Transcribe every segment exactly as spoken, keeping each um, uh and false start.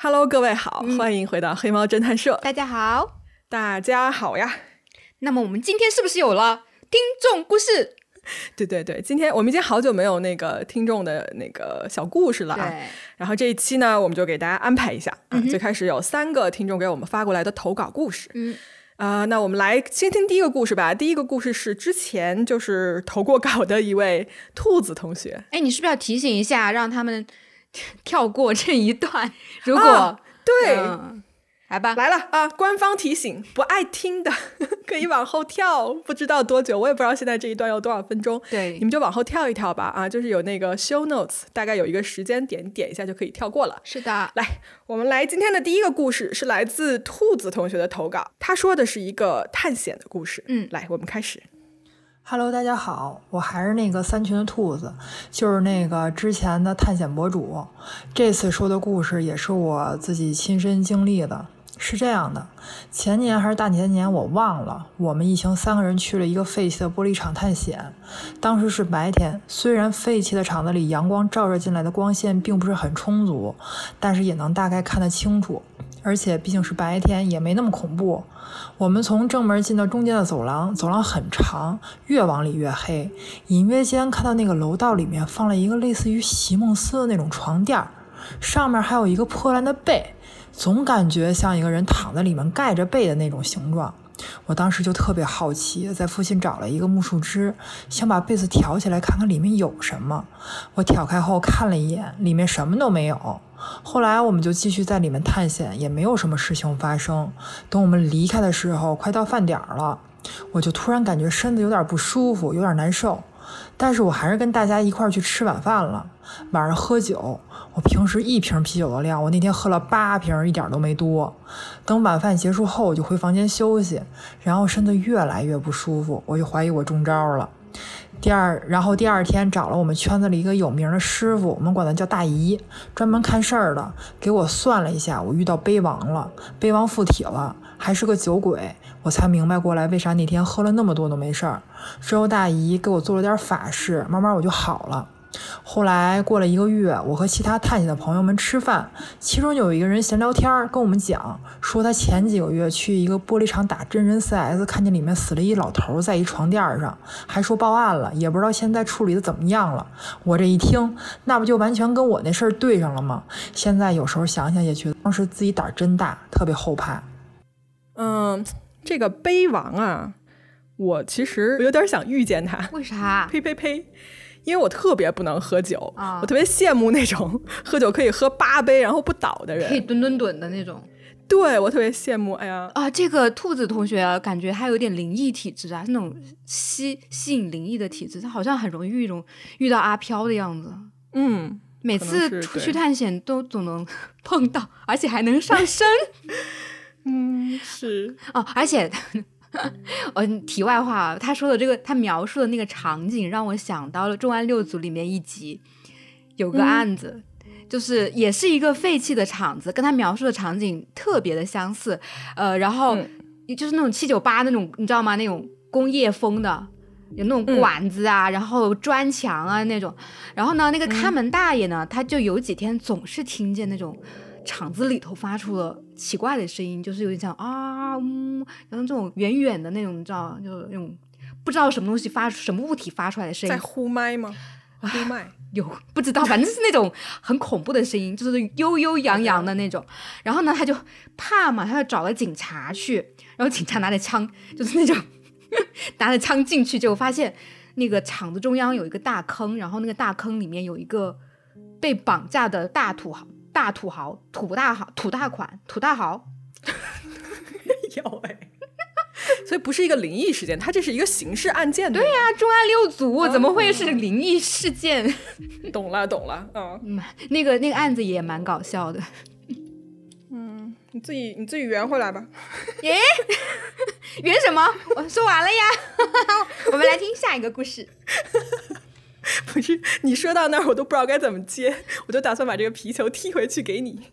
Hello， 各位好、嗯，欢迎回到黑猫侦探社。 大家好， 大家好呀。 那么我们今天是不是有了听众故事？ 对对对，今天我们已经好久没有那个听众的那个小故事了啊。 对。 然后这一期呢，我们就给大家安排一下、嗯、最开始有三个听众给我们发过来的投稿故事。 嗯。 呃，那我们来先听第一个故事吧。第一个故事是之前就是投过稿的一位兔子同学。 哎，你是不是要提醒一下，让他们跳过这一段？如果、 啊、对、 嗯，来吧， 来了啊！官方提醒，不爱听的可以往后跳，不知道多久，我也不知道现在这一段有多少分钟。 对， 你们就往后跳一跳吧。啊，就是有那个 show notes， 大概有一个时间点，点一下就可以跳过了。 是的， 来，我们来今天的第一个故事是来自兔子同学的投稿，他说的是一个探险的故事。 嗯， 来，我们开始。 Hello， 大家好，我还是那个三群的兔子，就是那个之前的探险博主。这次说的故事也是我自己亲身经历的。是这样的，前年还是大前年我忘了，我们一行三个人去了一个废弃的玻璃厂探险。当时是白天，虽然废弃的厂子里阳光照射进来的光线并不是很充足，但是也能大概看得清楚，而且毕竟是白天，也没那么恐怖。我们从正门进到中间的走廊，走廊很长，越往里越黑，隐约间看到那个楼道里面放了一个类似于席梦思的那种床垫，上面还有一个破烂的被，总感觉像一个人躺在里面盖着被的那种形状。我当时就特别好奇，在附近找了一个木树枝，想把被子挑起来看看里面有什么。我挑开后看了一眼，里面什么都没有。后来我们就继续在里面探险，也没有什么事情发生。等我们离开的时候，快到饭点了，我就突然感觉身子有点不舒服，有点难受。但是我还是跟大家一块儿去吃晚饭了。晚上喝酒，我平时一瓶啤酒的量，我那天喝了八瓶，一点都没多。等晚饭结束后，我就回房间休息，然后身子越来越不舒服，我就怀疑我中招了。第二，然后第二天找了我们圈子里一个有名的师傅，我们管他叫大姨，专门看事儿的，给我算了一下，我遇到背王了，背王附体了，还是个酒鬼，我才明白过来为啥那天喝了那么多都没事儿。之后大姨给我做了点法事，慢慢我就好了。后来过了一个月，我和其他探险的朋友们吃饭，其中有一个人闲聊天跟我们讲，说他前几个月去一个玻璃厂打真人 C S， 看见里面死了一老头在一床垫上，还说报案了，也不知道现在处理的怎么样了。我这一听，那不就完全跟我那事儿对上了吗？现在有时候想想也觉得当时自己胆真大，特别后怕。 嗯，这个杯王啊，我其实有点想遇见他。 为啥？ 呸呸呸！因为我特别不能喝酒、 啊、 我特别羡慕那种喝酒可以喝八杯然后不倒的人， 可以吨吨吨的那种。 对，我特别羡慕。哎呀啊，这个兔子同学、啊、感觉他有点灵异体质啊，是那种吸吸引灵异的体质，他好像很容易遇种遇到阿飘的样子。 嗯， 每次出去探险都总能碰到，而且还能上身。 嗯，是哦，而且。呃，题外话，他说的这个，他描述的那个场景让我想到了《重案六组》里面一集有个案子、嗯、就是也是一个废弃的厂子，跟他描述的场景特别的相似。呃，然后、嗯、就是那种七九八那种，你知道吗？那种工业风的，有那种管子啊、嗯、然后砖墙啊那种。然后呢，那个看门大爷呢、嗯、他就有几天总是听见那种厂子里头发出了奇怪的声音，就是有点像啊嗯，然后这种远远的那种，你知道，就是那种不知道什么东西发什么物体发出来的声音。 在呼麦吗？呼麦有不知道，反正是那种很恐怖的声音，就是悠悠扬扬的那种。然后呢，他就怕嘛，他就找了警察去，然后警察拿着枪，就是那种拿着枪进去，结果发现那个厂子中央有一个大坑，然后那个大坑里面有一个被绑架的大土豪。大土豪土大豪土大款土大豪有哎，所以不是一个灵异事件，它这是一个刑事案件。 对呀、啊，重案六组、哦、怎么会是灵异事件？ 懂了懂了，嗯， 那个那个案子也蛮搞笑的。 嗯，你自己你自己圆回来吧。 耶，圆什么？我说完了呀。我们来听下一个故事。 不是，你说到那儿我都不知道该怎么接，我就打算把这个皮球踢回去给你。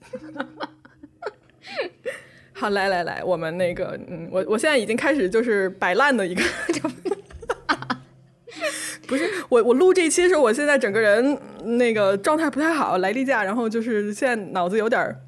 好，来来来，我们那个嗯，我我现在已经开始就是摆烂的一个不是我我录这一期的时候，我现在整个人那个状态不太好，来例假，然后就是现在脑子有点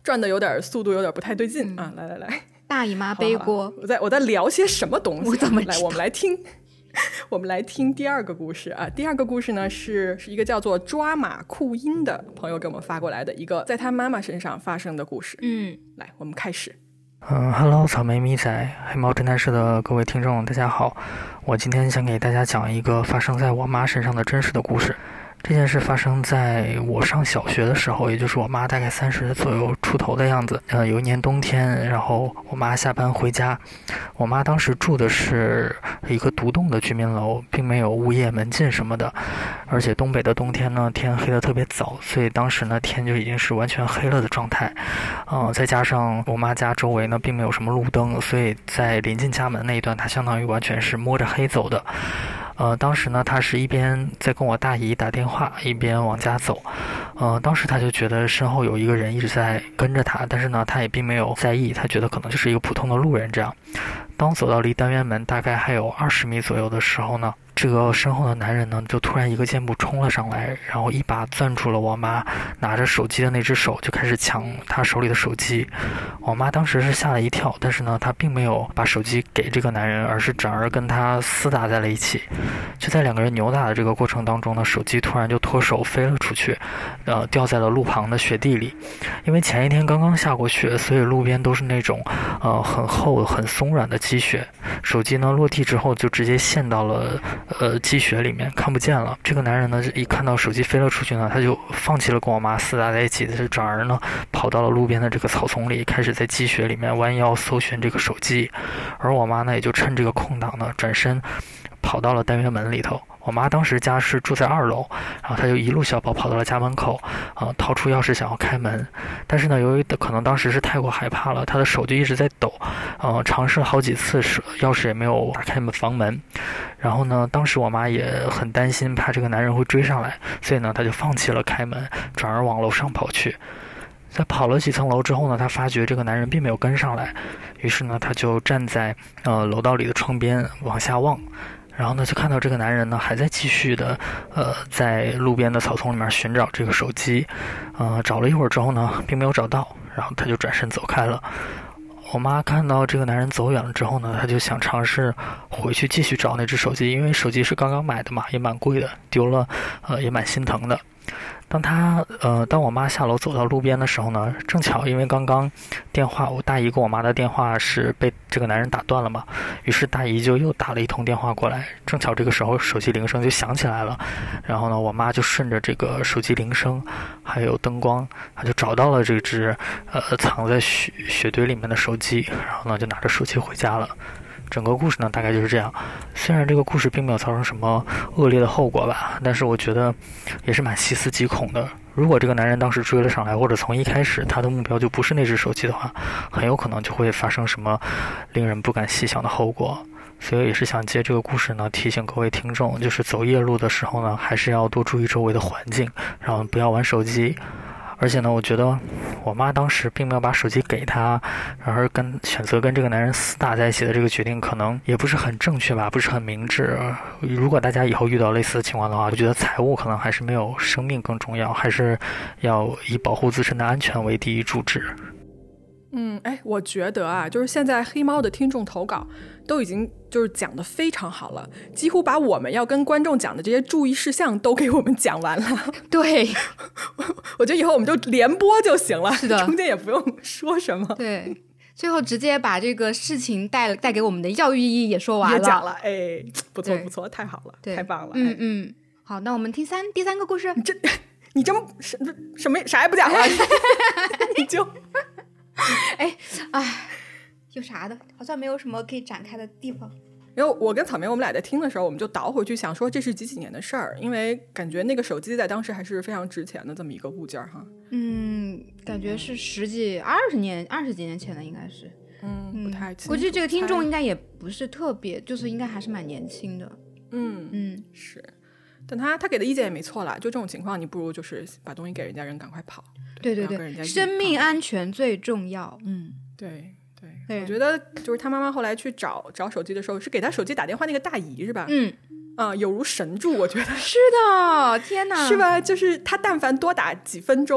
转的有点速度有点不太对劲、嗯、啊！来来来， 大姨妈背锅。 我在我在聊些什么东西、啊？ 我怎么知道？ 来，我们来听，我们来听第二个故事啊！第二个故事呢是是一个叫做抓马酷音的朋友给我们发过来的一个在他妈妈身上发生的故事。 嗯， 来，我们开始。 嗯 ，Hello， 草莓咪仔，黑猫侦探社的各位听众，大家好！我今天想给大家讲一个发生在我妈身上的真实的故事。这件事发生在我上小学的时候，也就是我妈大概三十左右出头的样子。呃，有一年冬天，然后我妈下班回家，我妈当时住的是一个独栋的居民楼，并没有物业门禁什么的，而且东北的冬天呢，天黑得特别早，所以当时呢天就已经是完全黑了的状态。呃，再加上我妈家周围呢并没有什么路灯，所以在临近家门那一段，她相当于完全是摸着黑走的。呃，当时呢，他是一边在跟我大姨打电话，一边往家走。呃，当时他就觉得身后有一个人一直在跟着他，但是呢，他也并没有在意，他觉得可能就是一个普通的路人这样。当走到离单元门大概还有二十米左右的时候呢，这个身后的男人呢，就突然一个箭步冲了上来，然后一把攥住了我妈拿着手机的那只手，就开始抢他手里的手机。我妈当时是吓了一跳，但是呢，她并没有把手机给这个男人，而是转而跟他厮打在了一起。就在两个人扭打的这个过程当中呢，手机突然就脱手飞了出去，呃，掉在了路旁的雪地里。因为前一天刚刚下过雪，所以路边都是那种呃很厚很松软的积雪。手机呢落地之后就直接陷到了呃积雪里面，看不见了。这个男人呢一看到手机飞了出去呢，他就放弃了跟我妈厮打在一起的，转而呢跑到了路边的这个草丛里，开始在积雪里面弯腰搜寻这个手机。而我妈呢也就趁这个空档呢转身跑到了单元门里头。我妈当时家是住在二楼，然后她就一路小跑跑到了家门口，呃，掏出钥匙想要开门，但是呢，由于可能当时是太过害怕了，她的手就一直在抖，呃，尝试了好几次，是钥匙也没有打开房门。然后呢，当时我妈也很担心，怕这个男人会追上来，所以呢，她就放弃了开门，转而往楼上跑去。在跑了几层楼之后呢，她发觉这个男人并没有跟上来，于是呢，她就站在呃楼道里的窗边往下望。然后呢，就看到这个男人呢还在继续的，呃，在路边的草丛里面寻找这个手机，呃，找了一会儿之后呢，并没有找到，然后他就转身走开了。我妈看到这个男人走远了之后呢，她就想尝试回去继续找那只手机，因为手机是刚刚买的嘛，也蛮贵的，丢了，呃，也蛮心疼的。当他呃，当我妈下楼走到路边的时候呢，正巧因为刚刚电话，我大姨跟我妈的电话是被这个男人打断了嘛，于是大姨就又打了一通电话过来，正巧这个时候手机铃声就响起来了，然后呢，我妈就顺着这个手机铃声还有灯光，她就找到了这只呃藏在雪雪堆里面的手机，然后呢就拿着手机回家了。整个故事呢大概就是这样，虽然这个故事并没有造成什么恶劣的后果吧，但是我觉得也是蛮细思极恐的。如果这个男人当时追了上来，或者从一开始他的目标就不是那只手机的话，很有可能就会发生什么令人不敢细想的后果。所以也是想借这个故事呢提醒各位听众，就是走夜路的时候呢还是要多注意周围的环境，然后不要玩手机。而且呢，我觉得我妈当时并没有把手机给他，然而跟选择跟这个男人厮打在一起的这个决定，可能也不是很正确吧，不是很明智。如果大家以后遇到类似的情况的话，我觉得财物可能还是没有生命更重要，还是要以保护自身的安全为第一主旨。 嗯，哎，我觉得啊，就是现在黑猫的听众投稿都已经就是讲得非常好了，几乎把我们要跟观众讲的这些注意事项都给我们讲完了。 对， 我觉得以后我们就连播就行了， 是的， 中间也不用说什么。 对，最后直接把这个事情带带给我们的教育意义也说完了， 也讲了，哎，不错不错，太好了，太棒了。 嗯嗯，好，那我们听三第三个故事。 你这你这什什么啥也不讲了，你就。 哎，哎，有啥的？好像没有什么可以展开的地方。 因为我跟草莓我们俩在听的时候，我们就倒回去想说这是几几年的事儿，因为感觉那个手机在当时还是非常值钱的这么一个物件哈。 嗯，感觉是十几、二十年、二十几年前的应该是。 嗯，不太清楚。 估计这个听众应该也不是特别，就是应该还是蛮年轻的。 嗯嗯，是。但他他给的意见也没错啦，就这种情况，你不如就是把东西给人家人，赶快跑。 对对对，生命安全最重要。嗯， 对对，对我觉得就是他妈妈后来去找找手机的时候，是给他手机打电话那个大姨是吧？ 嗯啊、呃，有如神助，我觉得是的，天哪， 是吧？就是他但凡多打几分钟，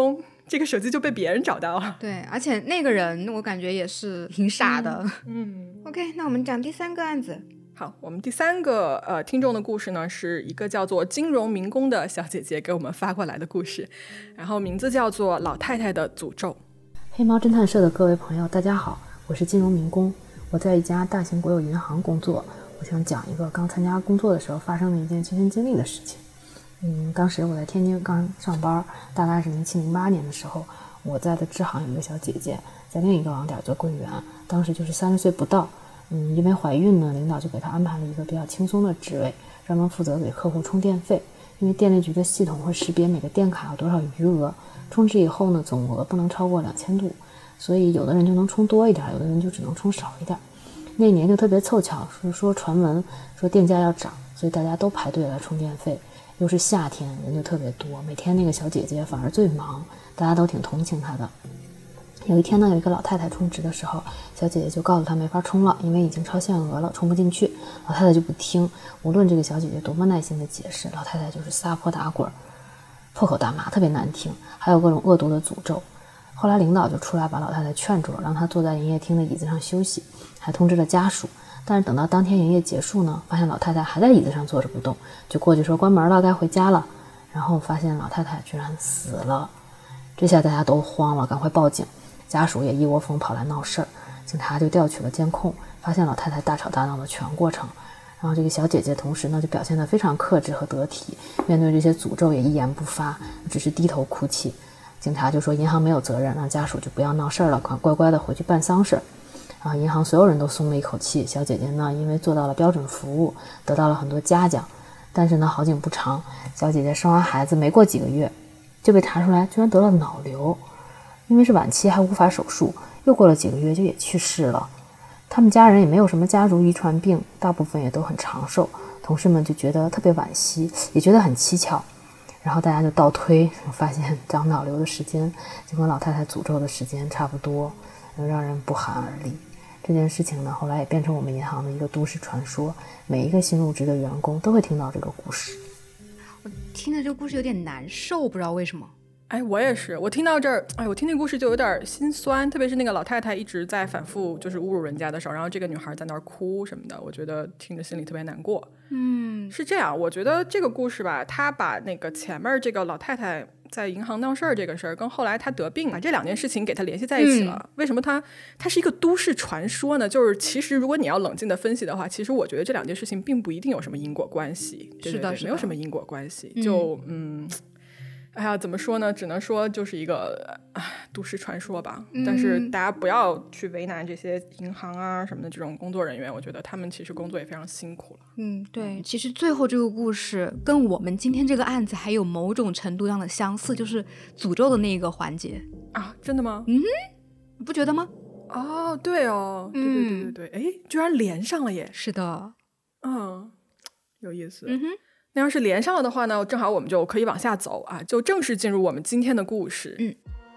这个手机就被别人找到了。 对，而且那个人我感觉也是挺傻的。 嗯, 嗯 OK， 那我们讲第三个案子。 好，我们第三个呃听众的故事呢，是一个叫做金融民工的小姐姐给我们发过来的故事，然后名字叫做老太太的诅咒。 黑猫侦探社的各位朋友大家好，我是金融民工，我在一家大型国有银行工作。我想讲一个刚参加工作的时候发生的一件亲身经历的事情。嗯，当时我在天津刚上班，大概是零七零八年的时候，我在的支行有一个小姐姐在另一个网点做柜员，当时就是三十岁不到。嗯，因为怀孕呢，领导就给她安排了一个比较轻松的职位，专门负责给客户充电费。因为电力局的系统会识别每个电卡有多少余额，充值以后呢，总额不能超过两千度，所以有的人就能充多一点，有的人就只能充少一点。那年就特别凑巧，是说传闻说电价要涨，所以大家都排队来充电费。又是夏天，人就特别多，每天那个小姐姐反而最忙，大家都挺同情她的。有一天呢，有一个老太太充值的时候，小姐姐就告诉她没法充了，因为已经超限额了，充不进去。老太太就不听，无论这个小姐姐多么耐心的解释，老太太就是撒泼打滚，破口大骂，特别难听，还有各种恶毒的诅咒。后来领导就出来把老太太劝住了，让她坐在营业厅的椅子上休息，还通知了家属。但是等到当天营业结束呢，发现老太太还在椅子上坐着不动，就过去说关门了，该回家了。然后发现老太太居然死了，这下大家都慌了，赶快报警。家属也一窝蜂跑来闹事儿，警察就调取了监控，发现老太太大吵大闹的全过程。然后这个小姐姐同时呢就表现得非常克制和得体，面对这些诅咒也一言不发，只是低头哭泣。警察就说银行没有责任，让家属就不要闹事儿了，乖乖的回去办丧事。然后银行所有人都松了一口气，小姐姐呢因为做到了标准服务，得到了很多嘉奖。但是呢好景不长，小姐姐生完孩子没过几个月就被查出来居然得了脑瘤，因为是晚期还无法手术，又过了几个月就也去世了。他们家人也没有什么家族遗传病，大部分也都很长寿，同事们就觉得特别惋惜，也觉得很蹊跷。然后大家就倒推，发现长脑瘤的时间就跟老太太诅咒的时间差不多，让人不寒而栗。这件事情呢，后来也变成我们银行的一个都市传说，每一个新入职的员工都会听到这个故事。 我听着这个故事有点难受，不知道为什么。 哎，我也是，我听到这儿，哎，我听这个故事就有点心酸，特别是那个老太太一直在反复就是侮辱人家的时候，然后这个女孩在那儿哭什么的，我觉得听着心里特别难过。 嗯， 是这样，我觉得这个故事吧，她把那个前面这个老太太在银行闹事儿这个事儿，跟后来她得病把这两件事情给她联系在一起了。嗯、为什么它它是一个都市传说呢？就是其实如果你要冷静的分析的话，其实我觉得这两件事情并不一定有什么因果关系。对对对， 是的，是的， 没有什么因果关系。就嗯。哎呀，怎么说呢？只能说就是一个都市传说吧。嗯、但是大家不要去为难这些银行啊什么的这种工作人员，我觉得他们其实工作也非常辛苦了。 嗯，对。其实最后这个故事跟我们今天这个案子还有某种程度上的相似，就是诅咒的那个环节啊。真的吗？ 嗯，你不觉得吗？ 哦，对哦，对对对对对，哎、嗯，居然连上了耶！ 是的， 嗯，有意思。 嗯哼。 那要是连上了的话呢，正好我们就可以往下走啊，就正式进入我们今天的故事。 嗯，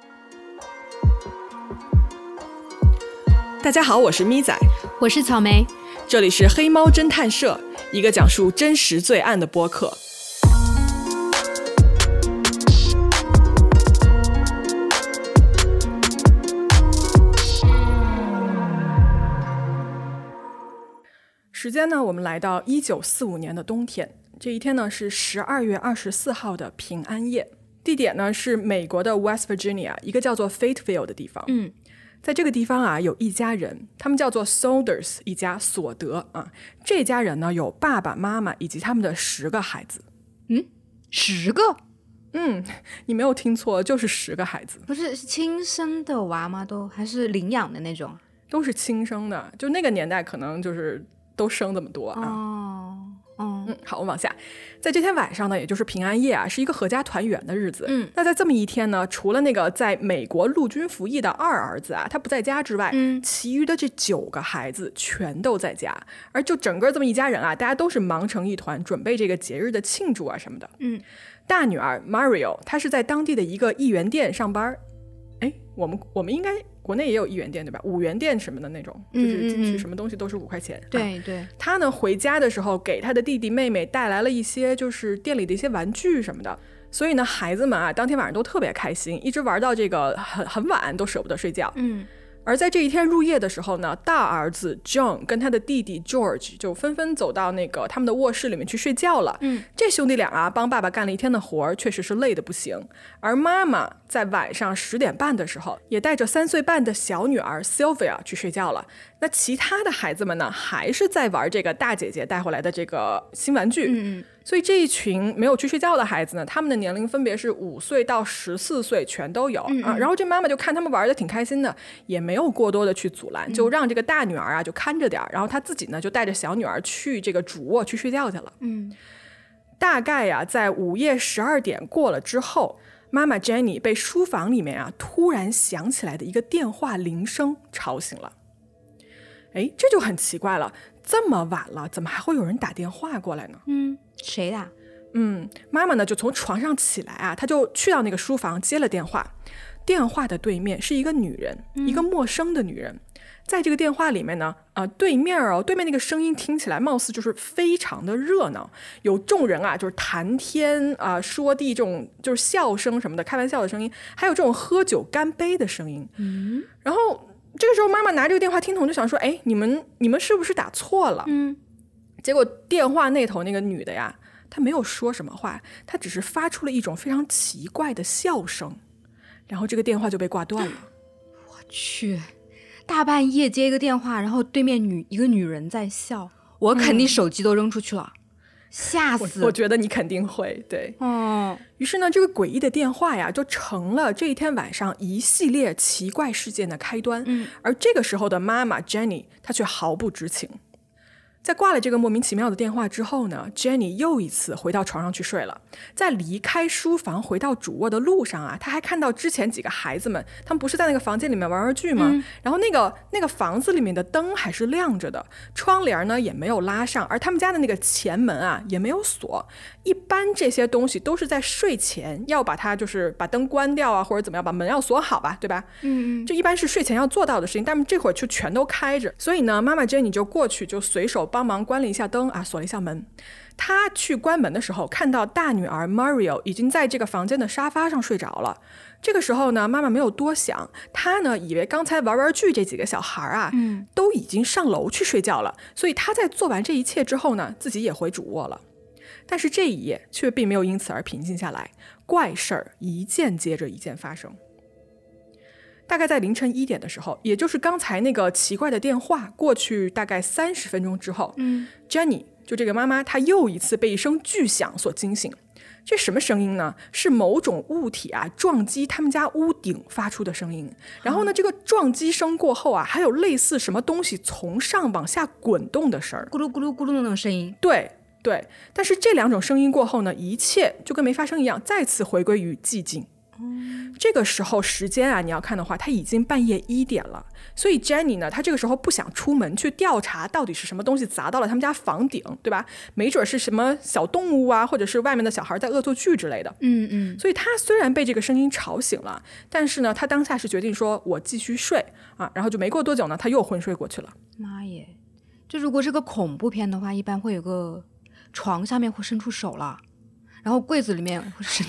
大家好，我是咪仔， 我是草莓， 这里是黑猫侦探社，一个讲述真实罪案的播客。时间呢，我们来到一九四五年的冬天。这一天呢是十二月二十四号的平安夜，地点呢是美国的 West Virginia 一个叫做 Fayetteville 的地方。 嗯， 在这个地方啊有一家人，他们叫做 Saunders 一家索德啊。这家人呢有爸爸妈妈以及他们的十个孩子。 嗯，十个？ 嗯，你没有听错，就是十个孩子。 不是亲生的娃吗？都还是领养的那种？ 都是亲生的，就那个年代可能就是都生这么多啊。 哦。 嗯，好，我们往下。在这天晚上呢，也就是平安夜啊，是一个合家团圆的日子。 嗯， 那在这么一天呢，除了那个在美国陆军服役的二儿子啊，他不在家之外， 嗯， 其余的这九个孩子全都在家。而就整个这么一家人啊，大家都是忙成一团，准备这个节日的庆祝啊什么的。 嗯， 大女儿 Mario 她是在当地的一个一元店上班。哎，我们我们应该国内也有一元店对吧？五元店什么的那种，就是进去什么东西都是五块钱。 嗯嗯嗯对对。 他呢回家的时候给他的弟弟妹妹带来了一些就是店里的一些玩具什么的。 所以呢，孩子们啊，当天晚上都特别开心，一直玩到这个很很晚，都舍不得睡觉。 嗯。 而在这一天入夜的时候呢，大儿子 John 跟他的弟弟 George 就纷纷走到那个他们的卧室里面去睡觉了。 嗯， 这兄弟俩啊，帮爸爸干了一天的活，确实是累得不行。而妈妈在晚上十点半的时候，也带着三岁半的小女儿 Sylvia 去睡觉了。那其他的孩子们呢，还是在玩这个大姐姐带回来的这个新玩具。 嗯嗯。 所以这一群没有去睡觉的孩子呢，他们的年龄分别是五岁到十四岁，全都有、 嗯嗯、 啊。然后这妈妈就看他们玩的挺开心的，也没有过多的去阻拦，就让这个大女儿啊就看着点，然后她自己呢就带着小女儿去这个主卧去睡觉去了。 嗯， 大概呀、啊，在午夜十二点过了之后，妈妈 Jenny 被书房里面啊突然响起来的一个电话铃声吵醒了。哎，这就很奇怪了，这么晚了，怎么还会有人打电话过来呢？ 嗯，谁的？ 嗯，妈妈呢就从床上起来啊，她就去到那个书房接了电话。电话的对面是一个女人，嗯、一个陌生的女人。在这个电话里面呢，啊、呃，对面哦，对面那个声音听起来貌似就是非常的热闹，有众人啊，就是谈天啊、呃、说地这种就是笑声什么的，开玩笑的声音，还有这种喝酒干杯的声音。 嗯， 然后这个时候妈妈拿这个电话听筒就想说，哎，你们你们是不是打错了？ 嗯， 结果电话那头那个女的呀，她没有说什么话，她只是发出了一种非常奇怪的笑声，然后这个电话就被挂断了。 我去，大半夜接一个电话，然后对面女一个女人在笑，我肯定手机都扔出去了，吓、嗯、死我！我觉得你肯定会对。 哦， 于是呢，这个诡异的电话呀，就成了这一天晚上一系列奇怪事件的开端。 嗯， 而这个时候的妈妈 Jenny， 她却毫不知情。在挂了这个莫名其妙的电话之后呢， Jenny 又一次回到床上去睡了。在离开书房回到主卧的路上啊，她还看到之前几个孩子们，他们不是在那个房间里面玩玩具吗？嗯、然后那个那个房子里面的灯还是亮着的，窗帘呢也没有拉上，而他们家的那个前门啊也没有锁。一般这些东西都是在睡前要把它就是把灯关掉啊，或者怎么样，把门要锁好吧，对吧？ 嗯， 这一般是睡前要做到的事情，但是这会儿就全都开着。所以呢，妈妈 Jenny 就过去就随手帮忙关了一下灯啊，锁了一下门。她去关门的时候，看到大女儿 Mario 已经在这个房间的沙发上睡着了。这个时候呢，妈妈没有多想，她呢以为刚才玩玩具这几个小孩啊， 嗯， 都已经上楼去睡觉了，所以她在做完这一切之后呢，自己也回主卧了。但是这一夜却并没有因此而平静下来，怪事儿一件接着一件发生。大概在凌晨一点的时候，也就是刚才那个奇怪的电话过去大概三十分钟之后， 嗯 Jenny 就这个妈妈，她又一次被一声巨响所惊醒。这什么声音呢？是某种物体啊撞击他们家屋顶发出的声音。然后呢，这个撞击声过后啊，还有类似什么东西从上往下滚动的声儿， 咕噜咕噜咕噜的那种声音。 对对，但是这两种声音过后呢，一切就跟没发生一样，再次回归于寂静。 嗯， 这个时候时间啊，你要看的话，它已经半夜一点了。所以 Jenny 呢，她这个时候不想出门去调查到底是什么东西砸到了他们家房顶，对吧？没准是什么小动物啊，或者是外面的小孩在恶作剧之类的。 嗯嗯。 所以她虽然被这个声音吵醒了，但是呢，她当下是决定说我继续睡啊，然后就没过多久呢，她又昏睡过去了。 妈耶！这如果是个恐怖片的话，一般会有个床下面会伸出手了，然后柜子里面会伸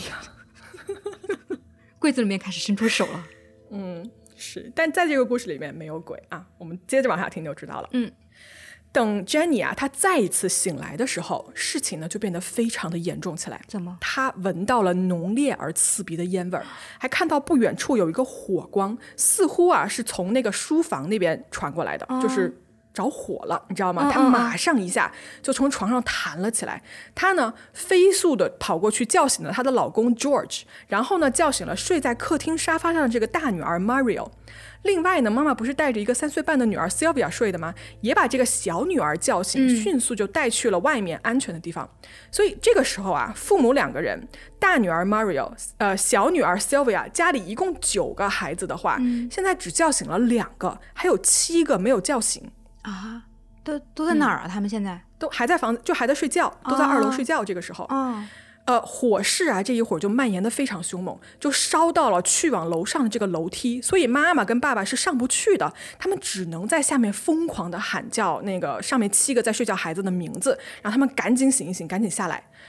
柜子里面开始伸出手了。 嗯，是，但在这个故事里面没有鬼啊，我们接着往下听就知道了。 嗯， 等 Jenny 啊，她再一次醒来的时候，事情呢就变得非常的严重起来。 怎么？ 她闻到了浓烈而刺鼻的烟味儿，还看到不远处有一个火光，似乎啊是从那个书房那边传过来的， 哦、 就是着火了，你知道吗？ 嗯、 她马上一下就从床上弹了起来。她呢飞速的跑过去叫醒了她的老公 George， 然后呢叫醒了睡在客厅沙发上的这个大女儿 Mario。另外呢，妈妈不是带着一个三岁半的女儿 Sylvia 睡的吗？也把这个小女儿叫醒， 嗯、 迅速就带去了外面安全的地方。所以这个时候啊，父母两个人，大女儿 Mario， 呃，小女儿 Sylvia， 家里一共九个孩子的话， 嗯、 现在只叫醒了两个，还有七个没有叫醒。 啊，都都在哪儿啊、嗯？他们现在都还在房子，就还在睡觉，都在二楼睡觉。这个时候， 哦， 呃，火势啊，这一会儿就蔓延得非常凶猛，就烧到了去往楼上的这个楼梯，所以妈妈跟爸爸是上不去的，他们只能在下面疯狂的喊叫那个上面七个在睡觉孩子的名字，让他们赶紧醒一醒，赶紧下来。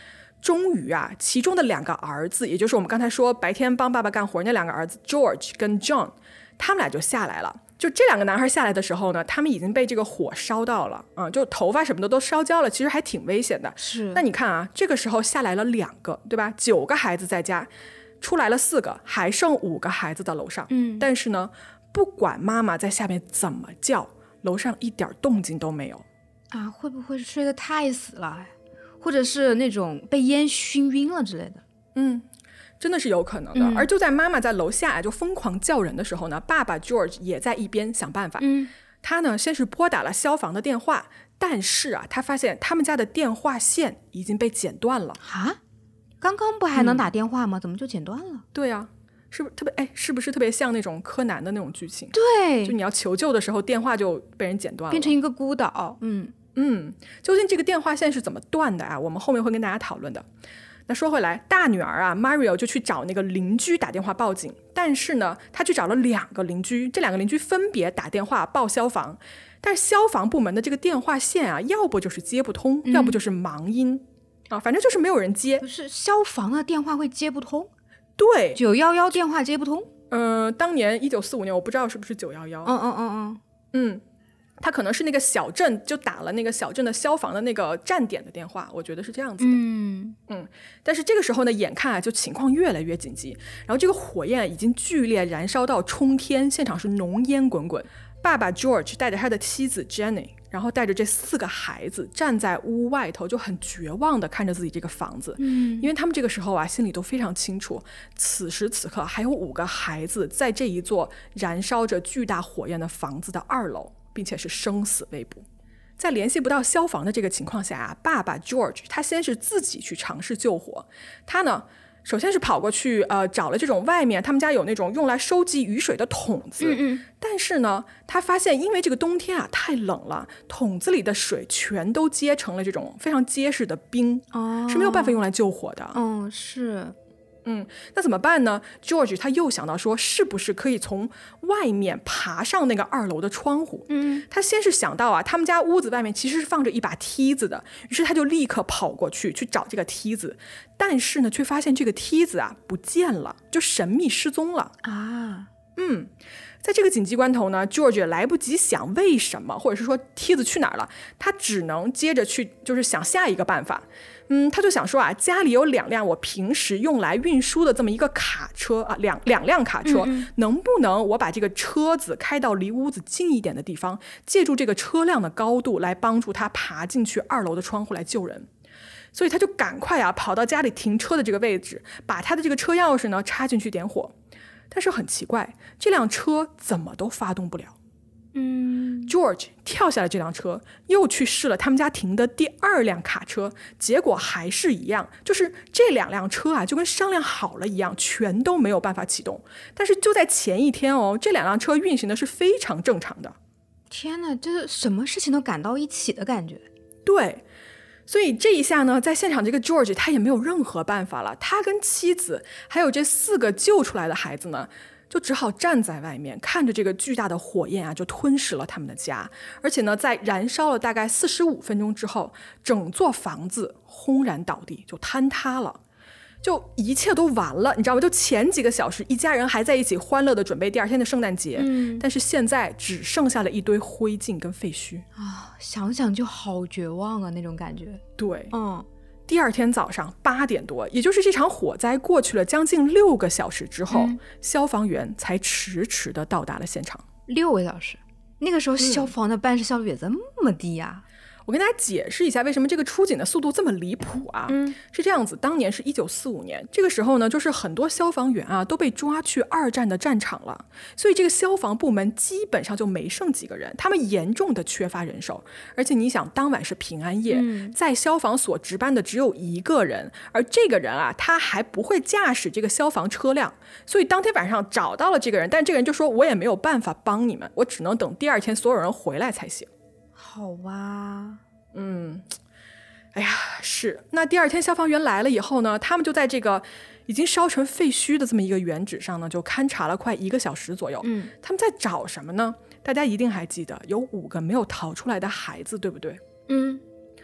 终于啊，其中的两个儿子，也就是我们刚才说白天帮爸爸干活那两个儿子 George 跟 John， 他们俩就下来了。就这两个男孩下来的时候呢，他们已经被这个火烧到了啊、嗯，就头发什么的都烧焦了，其实还挺危险的。 是， 那你看啊，这个时候下来了两个，对吧？九个孩子在家，出来了四个，还剩五个孩子在楼上。 嗯， 但是呢，不管妈妈在下面怎么叫，楼上一点动静都没有啊。会不会是睡得太死了，或者是那种被烟熏晕了之类的？ 嗯。真的是有可能的、嗯、而就在妈妈在楼下就疯狂叫人的时候呢，爸爸 George 也在一边想办法。 嗯， 他呢先是拨打了消防的电话，但是啊，他发现他们家的电话线已经被剪断了。 啊？刚刚不还能打电话吗？嗯、怎么就剪断了？ 对啊，是不是特别哎？是不是特别像那种柯南的那种剧情？ 对， 就你要求救的时候，电话就被人剪断了， 变成一个孤岛。嗯嗯，究竟这个电话线是怎么断的啊？我们后面会跟大家讨论的。那说回来，大女儿啊 Mario 就去找那个邻居打电话报警，但是呢，他去找了两个邻居，这两个邻居分别打电话报消防，但是消防部门的这个电话线啊，要不就是接不通，嗯、要不就是忙音啊，反正就是没有人接。 不是消防的电话会接不通？ 对， 九一一电话接不通。 嗯、呃，当年一九四五年，我不知道是不是九一一。 嗯嗯嗯嗯嗯。他可能是那个小镇就打了那个小镇的消防的那个站点的电话，我觉得是这样子的。 嗯嗯，但是这个时候呢，眼看啊就情况越来越紧急，然后这个火焰已经剧烈燃烧到冲天，现场是浓烟滚滚。爸爸 George 带着他的妻子 Jenny， 然后带着这四个孩子站在屋外头，就很绝望的看着自己这个房子。 嗯， 因为他们这个时候啊心里都非常清楚，此时此刻还有五个孩子在这一座燃烧着巨大火焰的房子的二楼，并且是生死未卜。在联系不到消防的这个情况下啊，爸爸 George 他先是自己去尝试救火。他呢首先是跑过去呃找了这种外面他们家有那种用来收集雨水的桶子。 嗯嗯， 但是呢他发现因为这个冬天啊太冷了，桶子里的水全都结成了这种非常结实的冰。 哦， 是没有办法用来救火的。 嗯，是。 嗯，那怎么办呢 ？George 他又想到说，是不是可以从外面爬上那个二楼的窗户？ 嗯， 他先是想到啊，他们家屋子外面其实是放着一把梯子的，于是他就立刻跑过去去找这个梯子，但是呢，却发现这个梯子啊不见了，就神秘失踪了啊。 嗯。在这个紧急关头呢 George 也来不及想为什么，或者是说梯子去哪儿了，他只能接着去就是想下一个办法。嗯，他就想说啊，家里有两辆我平时用来运输的这么一个卡车啊，两两辆卡车， 嗯嗯能不能我把这个车子开到离屋子近一点的地方，借助这个车辆的高度来帮助他爬进去二楼的窗户来救人。所以他就赶快啊跑到家里停车的这个位置，把他的这个车钥匙呢插进去点火。但是很奇怪，这辆车怎么都发动不了。 嗯 George 跳下了这辆车，又去试了他们家停的第二辆卡车，结果还是一样，就是这两辆车啊就跟商量好了一样，全都没有办法启动。但是就在前一天哦，这两辆车运行的是非常正常的。 天哪，这什么事情都赶到一起的感觉。 对，所以这一下呢，在现场这个 George 他也没有任何办法了，他跟妻子还有这四个救出来的孩子呢，就只好站在外面看着这个巨大的火焰啊，就吞噬了他们的家。而且呢，在燃烧了大概四十五分钟之后，整座房子轰然倒地，就坍塌了。就一切都完了，你知道吗？就前几个小时一家人还在一起欢乐的准备第二天的圣诞节， 嗯， 但是现在只剩下了一堆灰烬跟废墟啊，想想就好绝望啊，那种感觉。 对， 嗯。 第二天早上八点多，也就是这场火灾过去了将近六个小时之后， 嗯、 消防员才迟迟的到达了现场。 六个小时，那个时候消防的办事效率也这么低呀、啊？ 我跟大家解释一下为什么这个出警的速度这么离谱啊、 嗯、 是这样子，当年是一九四五年，这个时候呢就是很多消防员啊都被抓去二战的战场了，所以这个消防部门基本上就没剩几个人，他们严重的缺乏人手。而且你想，当晚是平安夜、 嗯、 在消防所值班的只有一个人，而这个人啊他还不会驾驶这个消防车辆，所以当天晚上找到了这个人，但这个人就说我也没有办法帮你们，我只能等第二天所有人回来才行。 好吧， 嗯，哎呀，是。那第二天消防员来了以后呢，他们就在这个已经烧成废墟的这么一个原址上呢，就勘察了快一个小时左右。 嗯， 他们在找什么呢？大家一定还记得有五个没有逃出来的孩子，对不对？ 嗯。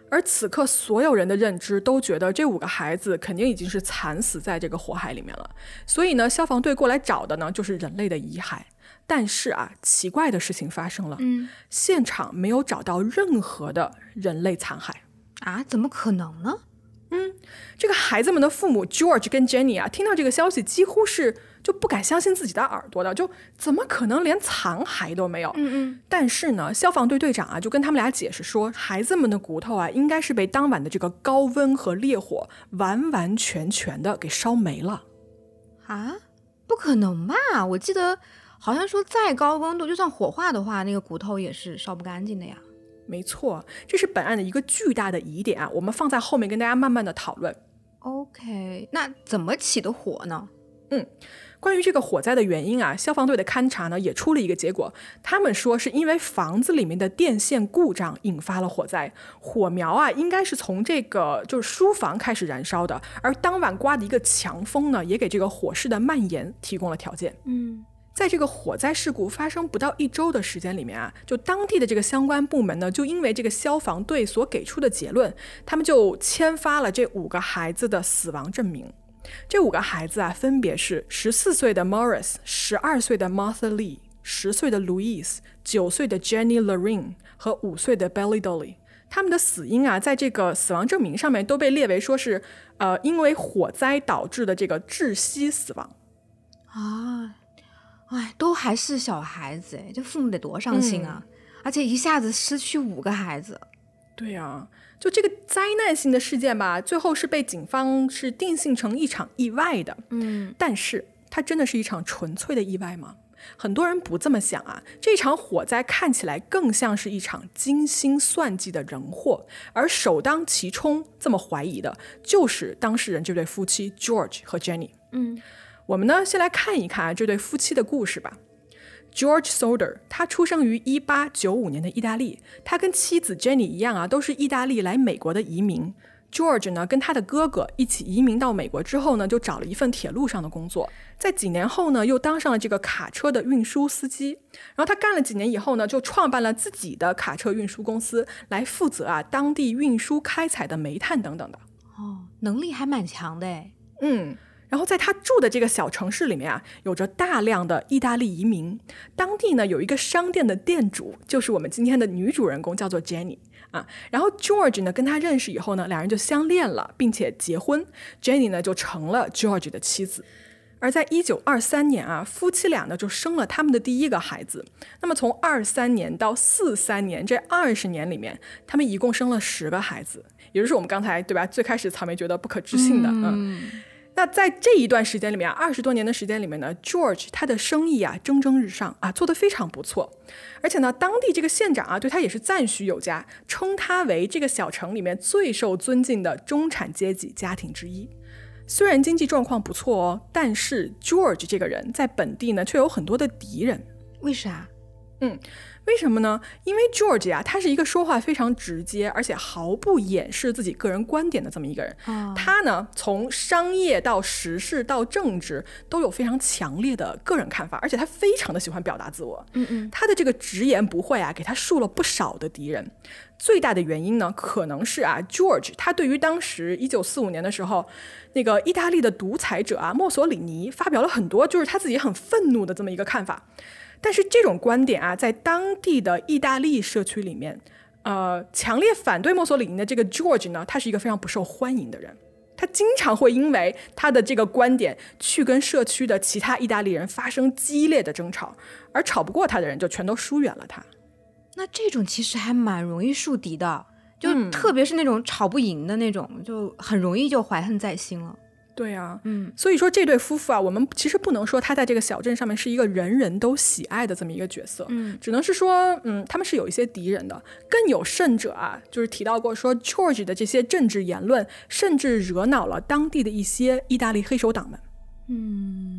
而此刻所有人的认知都觉得这五个孩子肯定已经是惨死在这个火海里面了，所以呢消防队过来找的呢就是人类的遗骸。但是啊，奇怪的事情发生了， 嗯， 现场没有找到任何的人类残骸啊，怎么可能呢？ 嗯，这个孩子们的父母 George 跟 Jenny 啊，听到这个消息几乎是就不敢相信自己的耳朵的，就怎么可能连残骸都没有？ 嗯嗯。 但是呢，消防队队长啊就跟他们俩解释说，孩子们的骨头啊应该是被当晚的这个高温和烈火完完全全的给烧没了。 啊，不可能吧？我记得好像说再高温度，就算火化的话，那个骨头也是烧不干净的呀。 没错，这是本案的一个巨大的疑点啊，我们放在后面跟大家慢慢的讨论。 OK， 那怎么起的火呢？ 嗯，关于这个火灾的原因啊，消防队的勘查呢也出了一个结果，他们说是因为房子里面的电线故障引发了火灾，火苗啊应该是从这个就是书房开始燃烧的，而当晚刮的一个强风呢，也给这个火势的蔓延提供了条件。 嗯。 在这个火灾事故发生不到一周的时间里面啊，就当地的这个相关部门呢，就因为这个消防队所给出的结论，他们就签发了这五个孩子的死亡证明。这五个孩子啊，分别是十四岁的 Morris、十二岁的 Martha Lee、十岁的 Louise、九岁的 Jenny Lorraine 和五岁的 Belly Dolly。他们的死因啊，在这个死亡证明上面都被列为说是呃，因为火灾导致的这个窒息死亡。 啊。哎，都还是小孩子哎，这父母得多伤心啊！嗯、而且一下子失去五个孩子。 对啊，就这个灾难性的事件吧，最后是被警方是定性成一场意外的。 嗯， 但是它真的是一场纯粹的意外吗？很多人不这么想啊。这场火灾看起来更像是一场精心算计的人祸，而首当其冲这么怀疑的就是当事人这对夫妻 George 和 Jenny。 嗯。 我们呢，先来看一看这对夫妻的故事吧。George Soder， 他出生于一八九五年的意大利，他跟妻子 Jenny 一样啊，都是意大利来美国的移民。George 呢，跟他的哥哥一起移民到美国之后呢，就找了一份铁路上的工作，在几年后呢，又当上了这个卡车的运输司机。然后他干了几年以后呢，就创办了自己的卡车运输公司，来负责啊当地运输开采的煤炭等等的。 哦，能力还蛮强的哎。 嗯。然后在他住的这个小城市里面啊，有着大量的意大利移民。当地呢有一个商店的店主，就是我们今天的女主人公，叫做 Jenny 啊。然后 George 呢跟他认识以后呢，两人就相恋了，并且结婚。Jenny 呢就成了 George 的妻子。而在一九二三年啊，夫妻俩呢就生了他们的第一个孩子。那么从二三年到四三年这二十年里面，他们一共生了十个孩子，也就是我们刚才对吧？最开始草莓觉得不可置信的，嗯。嗯那在这一段时间里面啊，二十多年的时间里面呢 ，George 他的生意啊蒸蒸日上啊，做得非常不错。而且呢，当地这个县长啊对他也是赞许有加，称他为这个小城里面最受尊敬的中产阶级家庭之一。虽然经济状况不错哦，但是 George 这个人在本地呢却有很多的敌人。 为啥？ 嗯。为什么呢？因为 George 呀、啊，他是一个说话非常直接，而且毫不掩饰自己个人观点的这么一个人。 哦、 他呢，从商业到时事到政治都有非常强烈的个人看法，而且他非常的喜欢表达自我。 嗯嗯， 他的这个直言不讳啊，给他树了不少的敌人。最大的原因呢，可能是啊 ，George 他对于当时一九四五年的时候，那个意大利的独裁者啊，墨索里尼发表了很多就是他自己很愤怒的这么一个看法。但是这种观点啊，在当地的意大利社区里面，呃，强烈反对墨索里尼的这个 George 呢，他是一个非常不受欢迎的人。他经常会因为他的这个观点去跟社区的其他意大利人发生激烈的争吵，而吵不过他的人就全都疏远了他。 那这种其实还蛮容易树敌的，就特别是那种吵不赢的那种，嗯、就很容易就怀恨在心了。 对啊， 嗯， 所以说这对夫妇啊，我们其实不能说他在这个小镇上面是一个人人都喜爱的这么一个角色， 嗯， 只能是说，嗯，他们是有一些敌人的。更有甚者啊，就是提到过说 George 的这些政治言论，甚至惹恼了当地的一些意大利黑手党们。 嗯，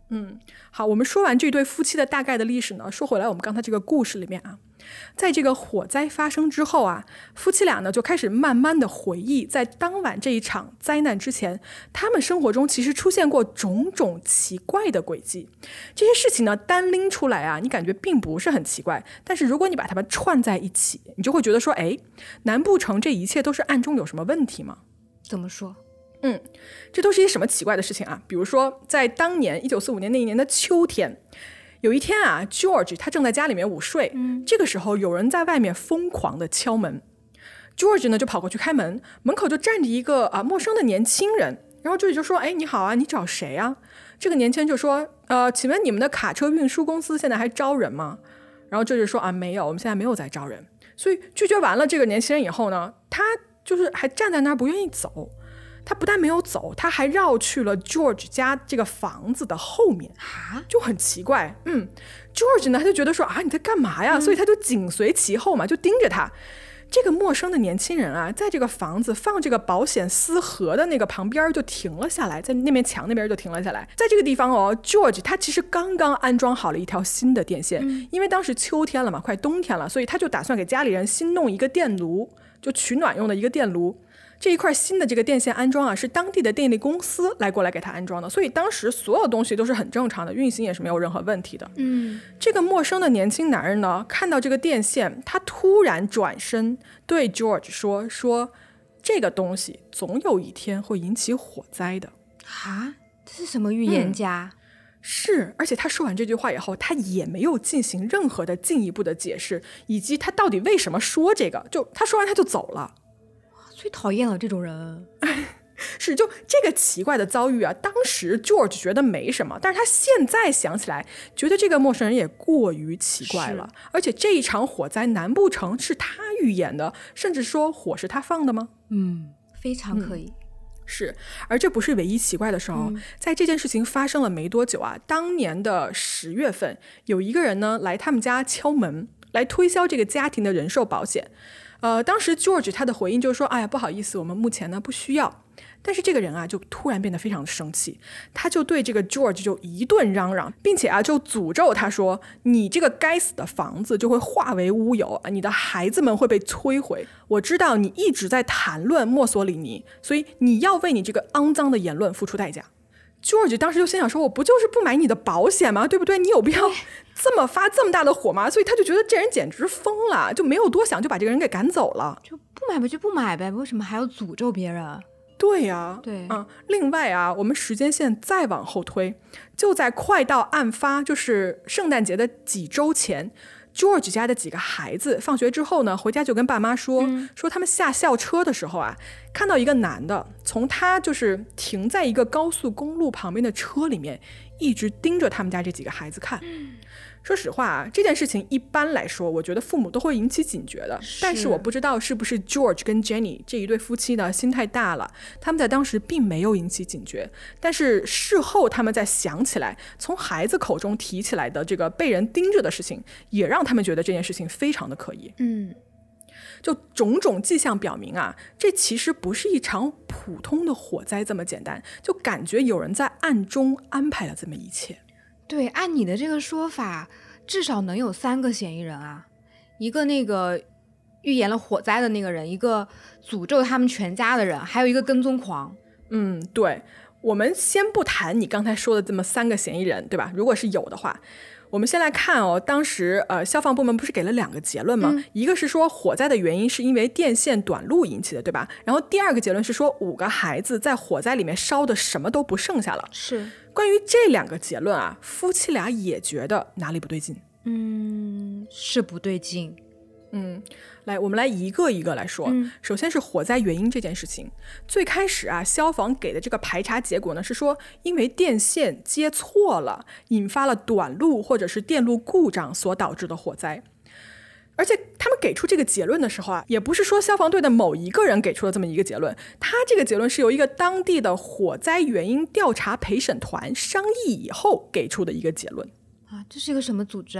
嗯，好，我们说完这对夫妻的大概的历史呢，说回来我们刚才这个故事里面啊，在这个火灾发生之后啊，夫妻俩呢就开始慢慢的回忆，在当晚这一场灾难之前，他们生活中其实出现过种种奇怪的轨迹。这些事情呢单拎出来啊，你感觉并不是很奇怪，但是如果你把它们串在一起，你就会觉得说，哎，难不成这一切都是暗中有什么问题吗？ 怎么说？ 嗯，这都是一些什么奇怪的事情啊？比如说，在当年一九四五年那一年的秋天，有一天啊 ，George 他正在家里面午睡，嗯，这个时候有人在外面疯狂的敲门 ，George 呢就跑过去开门，门口就站着一个啊陌生的年轻人，然后 George 就说：“哎，你好啊，你找谁啊？”这个年轻人就说：“呃，请问你们的卡车运输公司现在还招人吗？”然后 George 说：“啊，没有，我们现在没有在招人。”所以拒绝完了这个年轻人以后呢，他就是还站在那儿不愿意走。他不但没有走，他还绕去了 George 家这个房子的后面，就很奇怪。嗯 ，George 呢，他就觉得说啊，你在干嘛呀？嗯、所以他就紧随其后嘛，就盯着他。这个陌生的年轻人啊，在这个房子放这个保险丝盒的那个旁边就停了下来，在那面墙那边就停了下来。在这个地方哦 ，George 他其实刚刚安装好了一条新的电线，嗯、因为当时秋天了嘛，快冬天了，所以他就打算给家里人新弄一个电炉，就取暖用的一个电炉。这一块新的这个电线安装啊，是当地的电力公司来过来给他安装的，所以当时所有东西都是很正常的，运行也是没有任何问题的。嗯，这个陌生的年轻男人呢，看到这个电线，他突然转身对 George 说：“说这个东西总有一天会引起火灾的。” 啊，这是什么预言家？ 嗯是，而且他说完这句话以后，他也没有进行任何的进一步的解释，以及他到底为什么说这个，就他说完他就走了。 最讨厌了这种人。 是，就这个奇怪的遭遇啊，当时 George 觉得没什么，但是他现在想起来，觉得这个陌生人也过于奇怪了。而且这一场火灾，难不成是他预演的，甚至说火是他放的吗？ 嗯，非常可以。 嗯是，而这不是唯一奇怪的时候、嗯、在这件事情发生了没多久啊，当年的十月份，有一个人呢来他们家敲门，来推销这个家庭的人寿保险。呃，当时 George 他的回应就是说，哎呀，不好意思，我们目前呢不需要。但是这个人啊，就突然变得非常的生气，他就对这个 George 就一顿嚷嚷，并且啊，就诅咒他说：“你这个该死的房子就会化为乌有，你的孩子们会被摧毁。我知道你一直在谈论墨索里尼，所以你要为你这个肮脏的言论付出代价。” George 当时就心想说：“我不就是不买你的保险吗？对不对？你有必要这么发这么大的火吗？”所以他就觉得这人简直疯了，就没有多想，就把这个人给赶走了。 就不买呗，就不买呗，为什么还要诅咒别人？ 对呀、啊， 对啊。另外啊，我们时间线再往后推，就在快到案发，就是圣诞节的几周前 ，George 家的几个孩子放学之后呢，回家就跟爸妈说，嗯、说他们下校车的时候啊，看到一个男的从他就是停在一个高速公路旁边的车里面，一直盯着他们家这几个孩子看。嗯说实话啊，这件事情一般来说，我觉得父母都会引起警觉的。是但是我不知道是不是 George 跟 Jenny 这一对夫妻呢心太大了，他们在当时并没有引起警觉。但是事后他们再想起来，从孩子口中提起来的这个被人盯着的事情，也让他们觉得这件事情非常的可疑。 嗯， 就种种迹象表明啊，这其实不是一场普通的火灾这么简单，就感觉有人在暗中安排了这么一切。 对，按你的这个说法，至少能有三个嫌疑人啊，一个那个预言了火灾的那个人，一个诅咒他们全家的人，还有一个跟踪狂。 嗯，对，我们先不谈你刚才说的这么三个嫌疑人，对吧？如果是有的话，我们先来看哦，当时呃消防部门不是给了两个结论吗？嗯、一个是说火灾的原因是因为电线短路引起的，对吧？然后第二个结论是说五个孩子在火灾里面烧的什么都不剩下了。 是。 关于这两个结论啊，夫妻俩也觉得哪里不对劲。 嗯，是不对劲。 嗯，来，我们来一个一个来说。嗯、首先是火灾原因这件事情，最开始啊，消防给的这个排查结果呢是说，因为电线接错了，引发了短路或者是电路故障所导致的火灾。而且他们给出这个结论的时候啊，也不是说消防队的某一个人给出了这么一个结论，他这个结论是由一个当地的火灾原因调查陪审团商议以后给出的一个结论。 啊，这是一个什么组织啊？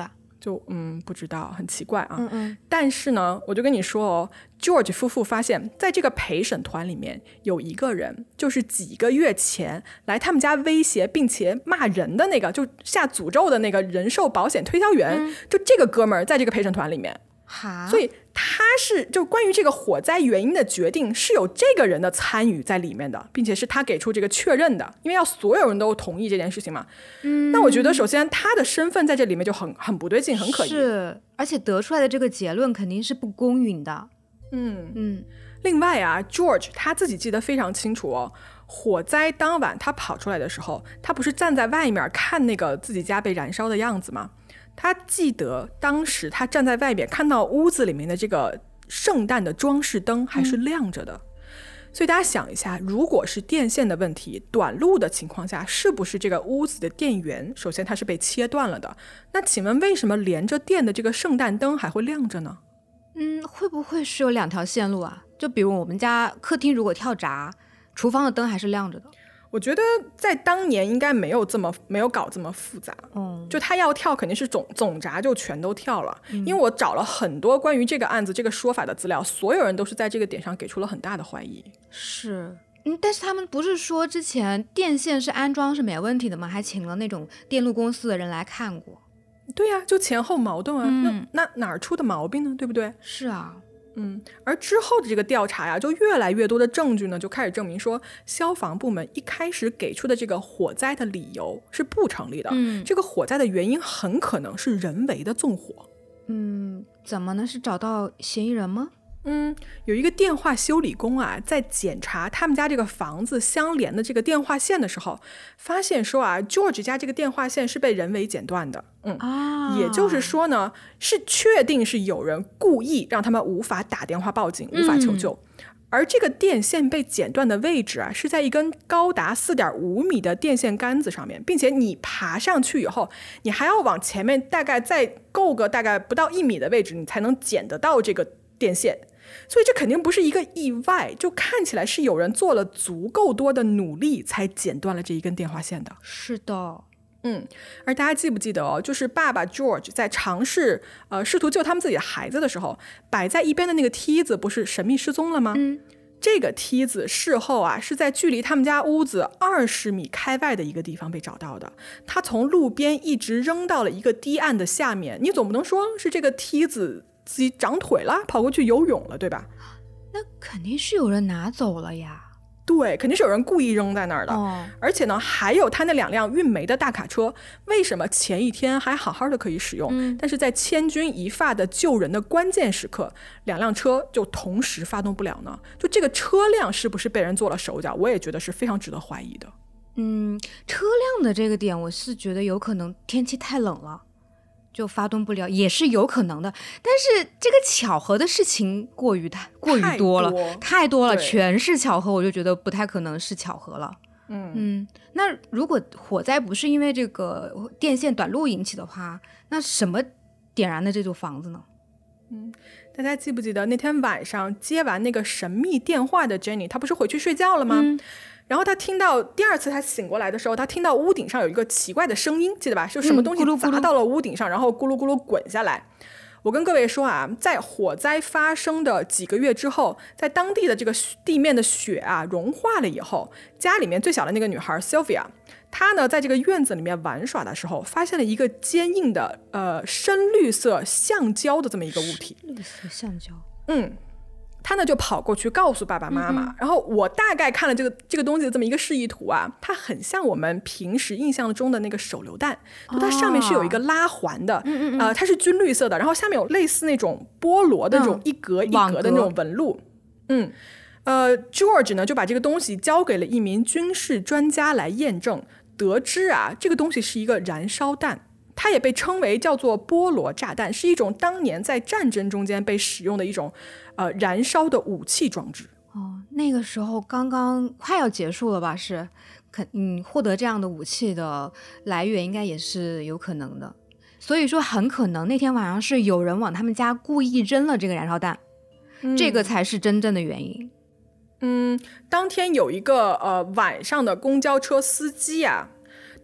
就嗯不知道，很奇怪啊。 嗯嗯。 但是呢，我就跟你说哦 ，George 夫妇发现，在这个陪审团里面有一个人，就是几个月前来他们家威胁并且骂人的那个，就下诅咒的那个人寿保险推销员，嗯、就这个哥们儿在这个陪审团里面。 哈， 所以他是就关于这个火灾原因的决定是有这个人的参与在里面的，并且是他给出这个确认的，因为要所有人都同意这件事情嘛。嗯，那我觉得首先他的身份在这里面就很很不对劲，很可疑。 是，而且得出来的这个结论肯定是不公允的。 嗯嗯。 另外啊 ，George 他自己记得非常清楚哦。火灾当晚他跑出来的时候，他不是站在外面看那个自己家被燃烧的样子吗？他记得当时他站在外面看到屋子里面的这个圣诞的装饰灯还是亮着的、嗯、所以大家想一下，如果是电线的问题短路的情况下，是不是这个屋子的电源首先它是被切断了的？那请问为什么连着电的这个圣诞灯还会亮着呢？ 嗯，会不会是有两条线路啊？就比如我们家客厅如果跳闸，厨房的灯还是亮着的。 我觉得在当年应该没有这么没有搞这么复杂， 嗯， 就他要跳肯定是总总闸就全都跳了、嗯、因为我找了很多关于这个案子这个说法的资料，所有人都是在这个点上给出了很大的怀疑。 是，嗯，但是他们不是说之前电线是安装是没问题的吗？还请了那种电路公司的人来看过。 对呀、啊，就前后矛盾啊、 嗯、 那那哪儿出的毛病呢？对不对？ 是啊。 嗯，而之后的这个调查呀，就越来越多的证据呢，就开始证明说，消防部门一开始给出的这个火灾的理由是不成立的。 嗯， 这个火灾的原因很可能是人为的纵火。 嗯，怎么呢？是找到嫌疑人吗？ 嗯，有一个电话修理工啊，在检查他们家这个房子相连的这个电话线的时候，发现说啊 ，George 家这个电话线是被人为剪断的。嗯啊， 也就是说呢，是确定是有人故意让他们无法打电话报警，无法求救。嗯、而这个电线被剪断的位置啊，是在一根高达 四点五米的电线杆子上面，并且你爬上去以后，你还要往前面大概再够个大概不到一米的位置，你才能剪得到这个电线。所以这肯定不是一个意外，就看起来是有人做了足够多的努力才剪断了这一根电话线的。 是的。 嗯，而大家记不记得哦，就是爸爸 George 在尝试呃试图救他们自己的孩子的时候，摆在一边的那个梯子不是神秘失踪了吗？ 嗯， 这个梯子事后啊是在距离他们家屋子二十米开外的一个地方被找到的，他从路边一直扔到了一个堤岸的下面，你总不能说是这个梯子自己长腿了跑过去游泳了，对吧？ 那肯定是有人拿走了呀。 对，肯定是有人故意扔在那儿的、 哦、 而且呢还有他那两辆运煤的大卡车，为什么前一天还好好的可以使用、嗯、但是在千钧一发的救人的关键时刻，两辆车就同时发动不了呢？就这个车辆是不是被人做了手脚，我也觉得是非常值得怀疑的。 嗯，车辆的这个点我是觉得有可能天气太冷了就发动不了，也是有可能的，但是这个巧合的事情过于太过于多了，太多, 太多了，全是巧合，我就觉得不太可能是巧合了。 嗯嗯，那如果火灾不是因为这个电线短路引起的话，那什么点燃的这座房子呢？ 嗯，大家记不记得那天晚上接完那个神秘电话的 Jenny， 她不是回去睡觉了吗？嗯，然后他听到第二次他醒过来的时候，他听到屋顶上有一个奇怪的声音，记得吧？就什么东西砸到了屋顶上、嗯、咕噜咕噜然后咕噜咕噜滚下来。我跟各位说啊，在火灾发生的几个月之后，在当地的这个地面的雪啊融化了以后，家里面最小的那个女孩 Sylvia， 她呢在这个院子里面玩耍的时候，发现了一个坚硬的呃深绿色橡胶的这么一个物体。 绿色橡胶， 嗯。他呢就跑过去告诉爸爸妈妈、嗯、然后我大概看了这个这个东西的这么一个示意图啊，它很像我们平时印象中的那个手榴弹，就它上面是有一个拉环的、哦呃、它是军绿色的，然后下面有类似那种菠萝的那种一格一格的那种纹路。嗯，呃 George 呢就把这个东西交给了一名军事专家来验证，得知啊这个东西是一个燃烧弹，它也被称为叫做菠萝炸弹，是一种当年在战争中间被使用的一种呃燃烧的武器装置。 哦，那个时候刚刚快要结束了吧？是，肯嗯，获得这样的武器的来源应该也是有可能的。所以说，很可能那天晚上是有人往他们家故意扔了这个燃烧弹，嗯、这个才是真正的原因。 嗯，当天有一个呃晚上的公交车司机啊。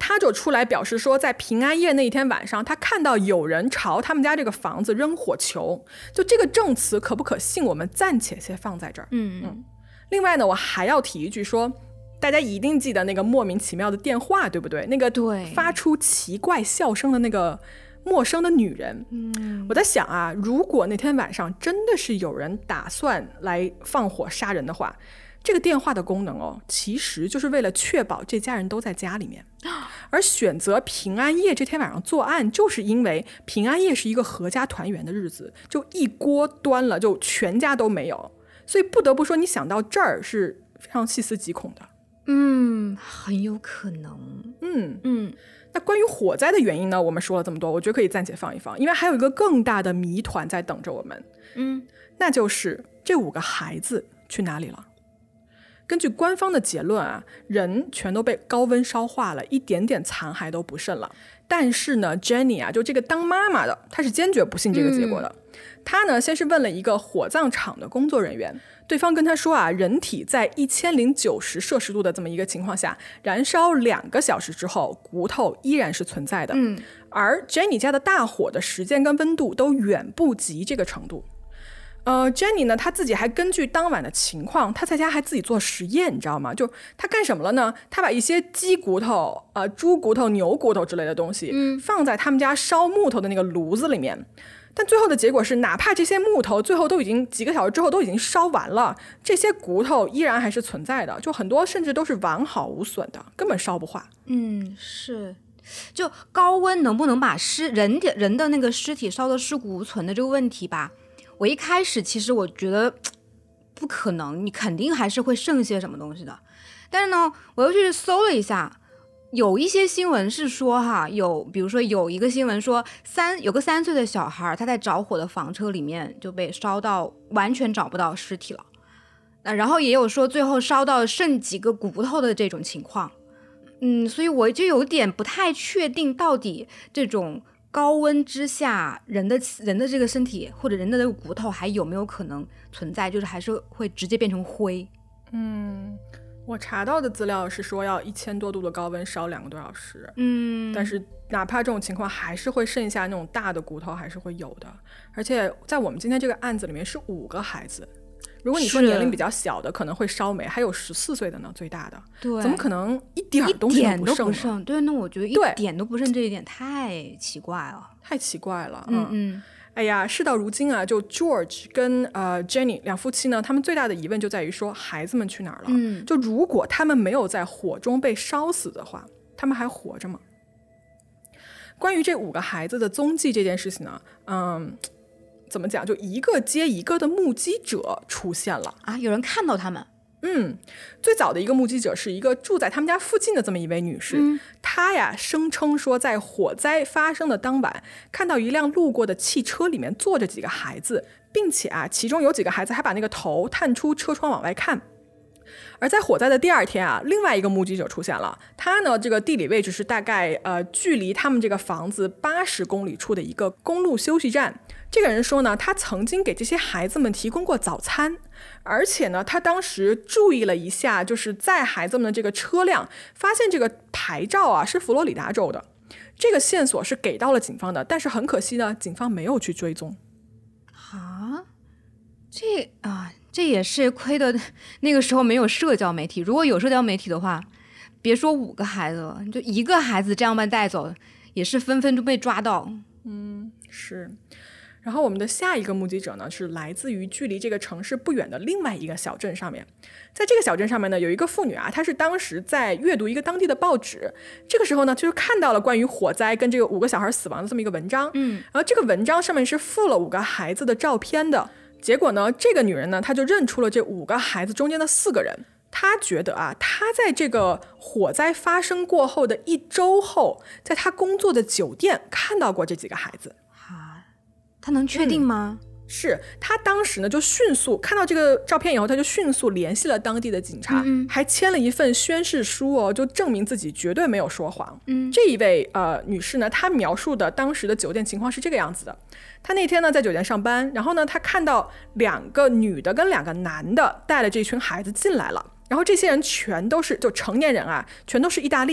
他就出来表示说，在平安夜那一天晚上，他看到有人朝他们家这个房子扔火球。就这个证词可不可信，我们暂且先放在这儿。 嗯嗯。另外呢，我还要提一句说，大家一定记得那个莫名其妙的电话，对不对？那个对发出奇怪笑声的那个陌生的女人。 嗯， 我在想啊，如果那天晚上真的是有人打算来放火杀人的话，这个电话的功能哦，其实就是为了确保这家人都在家里面。而选择平安夜这天晚上作案，就是因为平安夜是一个合家团圆的日子，就一锅端了，就全家都没有。所以不得不说，你想到这儿是非常细思极恐的。 嗯，很有可能。 嗯嗯， 那关于火灾的原因呢，我们说了这么多，我觉得可以暂且放一放，因为还有一个更大的谜团在等着我们。 嗯， 那就是这五个孩子去哪里了？根据官方的结论啊，人全都被高温烧化了，一点点残骸都不剩了。但是呢 Jenny 啊，就这个当妈妈的，她是坚决不信这个结果的。嗯、她呢先是问了一个火葬场的工作人员，对方跟她说啊，人体在一千零九十摄氏度的这么一个情况下，燃烧两个小时之后，骨头依然是存在的。 嗯， 而 Jenny 家的大火的时间跟温度都远不及这个程度。呃 Jenny 呢，她自己还根据当晚的情况，她在家还自己做实验，你知道吗？就她干什么了呢？她把一些鸡骨头、呃猪骨头、牛骨头之类的东西， 嗯， 放在他们家烧木头的那个炉子里面。但最后的结果是，哪怕这些木头最后都已经几个小时之后都已经烧完了，这些骨头依然还是存在的，就很多甚至都是完好无损的，根本烧不化。 嗯，是。就高温能不能把尸人的人的那个尸体烧得尸骨无存的这个问题吧，我一开始其实我觉得不可能，你肯定还是会剩些什么东西的。但是呢，我又去搜了一下，有一些新闻是说哈，有比如说有一个新闻说三有个三岁的小孩，他在着火的房车里面就被烧到完全找不到尸体了。那然后也有说最后烧到剩几个骨头的这种情况。嗯，所以我就有点不太确定，到底这种高温之下，人的人的这个身体或者人的这个骨头还有没有可能存在，就是还是会直接变成灰。 嗯，我查到的资料是说要一千多度的高温烧两个多小时。 嗯， 但是哪怕这种情况，还是会剩下那种大的骨头，还是会有的。而且在我们今天这个案子里面是五个孩子。如果你说年龄比较小的可能会烧没，还有十四岁的呢，最大的， 对， 怎么可能一点东西都不剩？ 一点都不剩，对，那我觉得一点都不剩，这一点太奇怪了， 太奇怪了。 嗯嗯， 哎呀，事到如今啊，就 George 跟呃 Jenny 两夫妻呢，他们最大的疑问就在于说，孩子们去哪儿了？ 嗯， 就如果他们没有在火中被烧死的话，他们还活着吗？关于这五个孩子的踪迹这件事情呢，嗯。怎么讲？就一个接一个的目击者出现了啊！有人看到他们。 嗯，最早的一个目击者是一个住在他们家附近的这么一位女士， 嗯、 她呀声称说，在火灾发生的当晚，看到一辆路过的汽车里面坐着几个孩子，并且啊，其中有几个孩子还把那个头探出车窗往外看。而在火灾的第二天啊，另外一个目击者出现了，他呢这个地理位置是大概呃距离他们这个房子八十公里处的一个公路休息站。这个人说呢，他曾经给这些孩子们提供过早餐，而且呢，他当时注意了一下，就是载孩子们的这个车辆，发现这个牌照啊是佛罗里达州的。这个线索是给到了警方的，但是很可惜呢，警方没有去追踪。 啊，这啊，这也是亏的，那个时候没有社交媒体。如果有社交媒体的话，别说五个孩子了，就一个孩子这样被带走，也是纷纷就被抓到。 嗯，是。然后我们的下一个目击者呢，是来自于距离这个城市不远的另外一个小镇上面。在这个小镇上面呢，有一个妇女啊，她是当时在阅读一个当地的报纸，这个时候呢，就是看到了关于火灾跟这个五个小孩死亡的这么一个文章。 嗯， 然后这个文章上面是附了五个孩子的照片的。结果呢，这个女人呢，她就认出了这五个孩子中间的四个人。她觉得啊，她在这个火灾发生过后的一周后，在她工作的酒店看到过这几个孩子。 他能确定吗？ 嗯、是他当时呢就迅速看到这个照片以后，他就迅速联系了当地的警察， 嗯嗯还签了一份宣誓书哦，就证明自己绝对没有说谎。 嗯， 这一位呃女士呢，她描述的当时的酒店情况是这个样子的：她那天呢在酒店上班，然后呢她看到两个女的跟两个男的带了这群孩子进来了。然后这些人全都是就成年人啊，全都是意大利人。